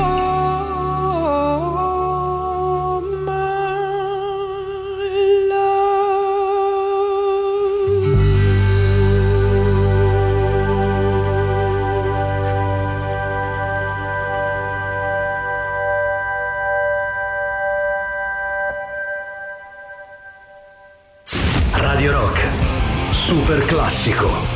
my Radio Rock, super classico.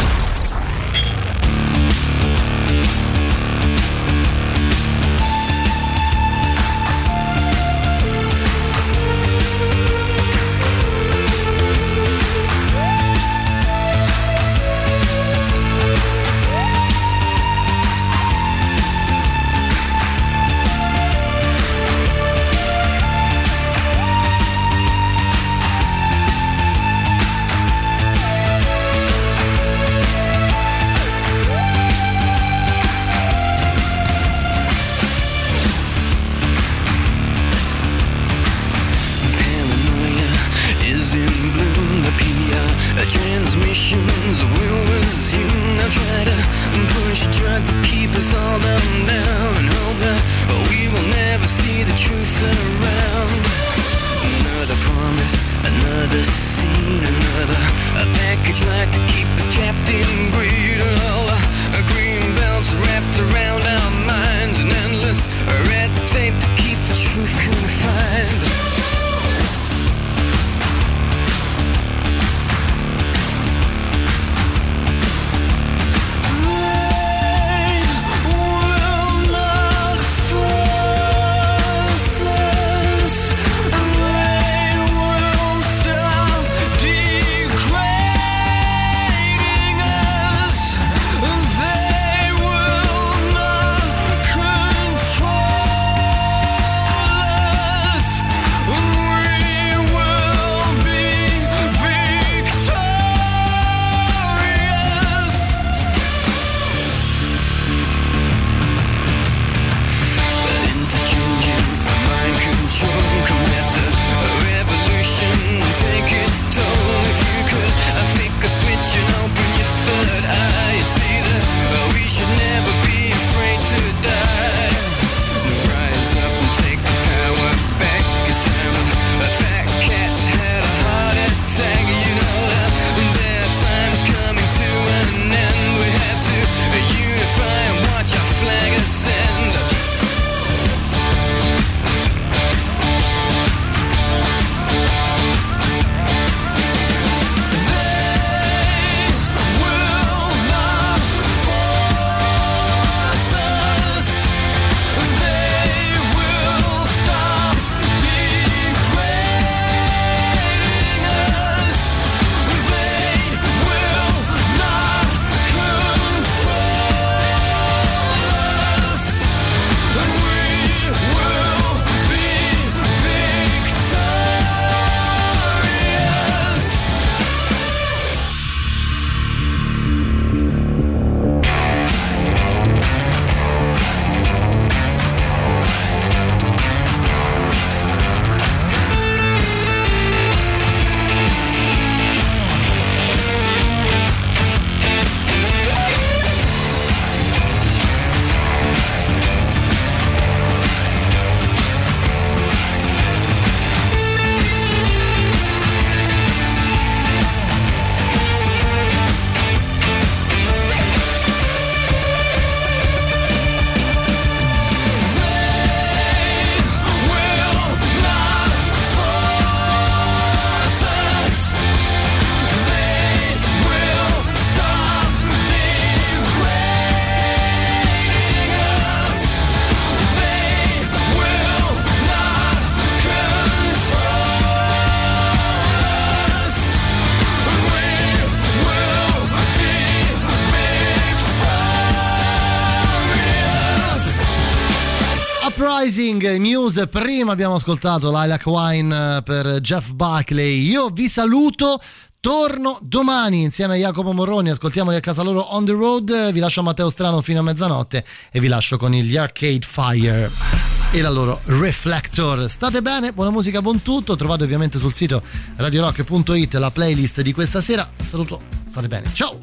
Transmissions will resume. Now try to push, try to keep us all down and hope that we will never see the truth around. Another promise, another scene, another package like to keep us trapped in greed. All green belts wrapped around our minds, an endless red tape to keep the truth confined. Us Rising, Muse. Prima abbiamo ascoltato Lilac Wine per Jeff Buckley. Io vi saluto, torno domani insieme a Jacopo Morroni, ascoltiamoli a casa loro on the road. Vi lascio a Matteo Strano fino a mezzanotte e vi lascio con gli Arcade Fire e la loro Reflector. State bene, buona musica, buon tutto. Trovate ovviamente sul sito radiorock.it la playlist di questa sera. Un saluto, state bene, ciao.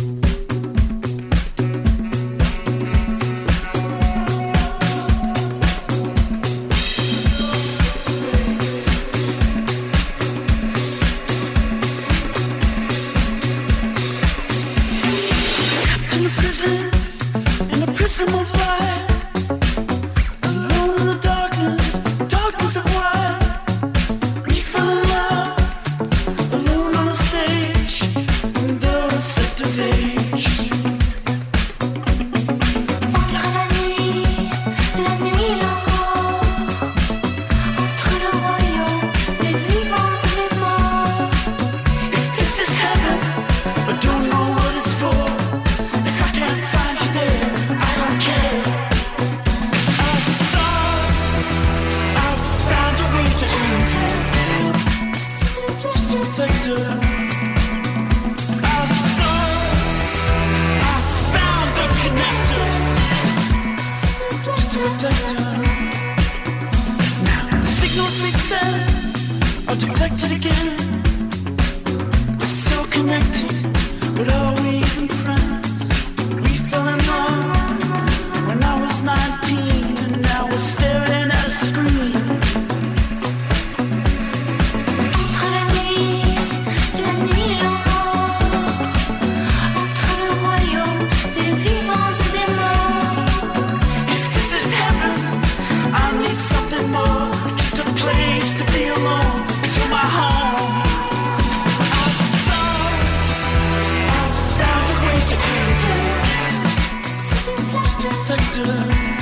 On fire, alone in the darkness, darkness of why we fell in love, alone on a stage, in the reflective age. Entre la nuit, l'aurore, entre le royaume des vivants et des morts. If this is heaven, I don't know what it's for. If I can't find you there, I don't care. I found a way to enter. Reflector. I found the connector. Reflector. Now the signals we send are deflected again. We're so connected, but are we even friends? We fell in love when I was 19, and now we're staring at a screen. Entre la nuit, l'aurore, entre le royaume des vivants et des morts. If this is heaven, I need something more, just a place to be alone, to my home. I found a way to enter. Reflector.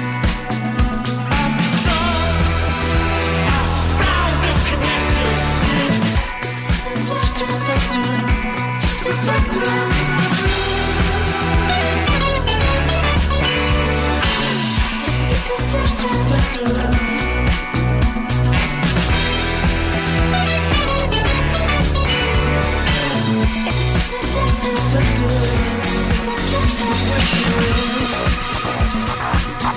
I found the connector. Reflector. Reflector.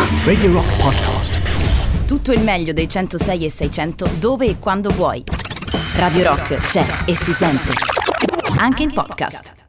Radio Rock Podcast. Tutto il meglio dei 106 e 600 dove e quando vuoi. Radio Rock c'è e si sente. Anche in podcast.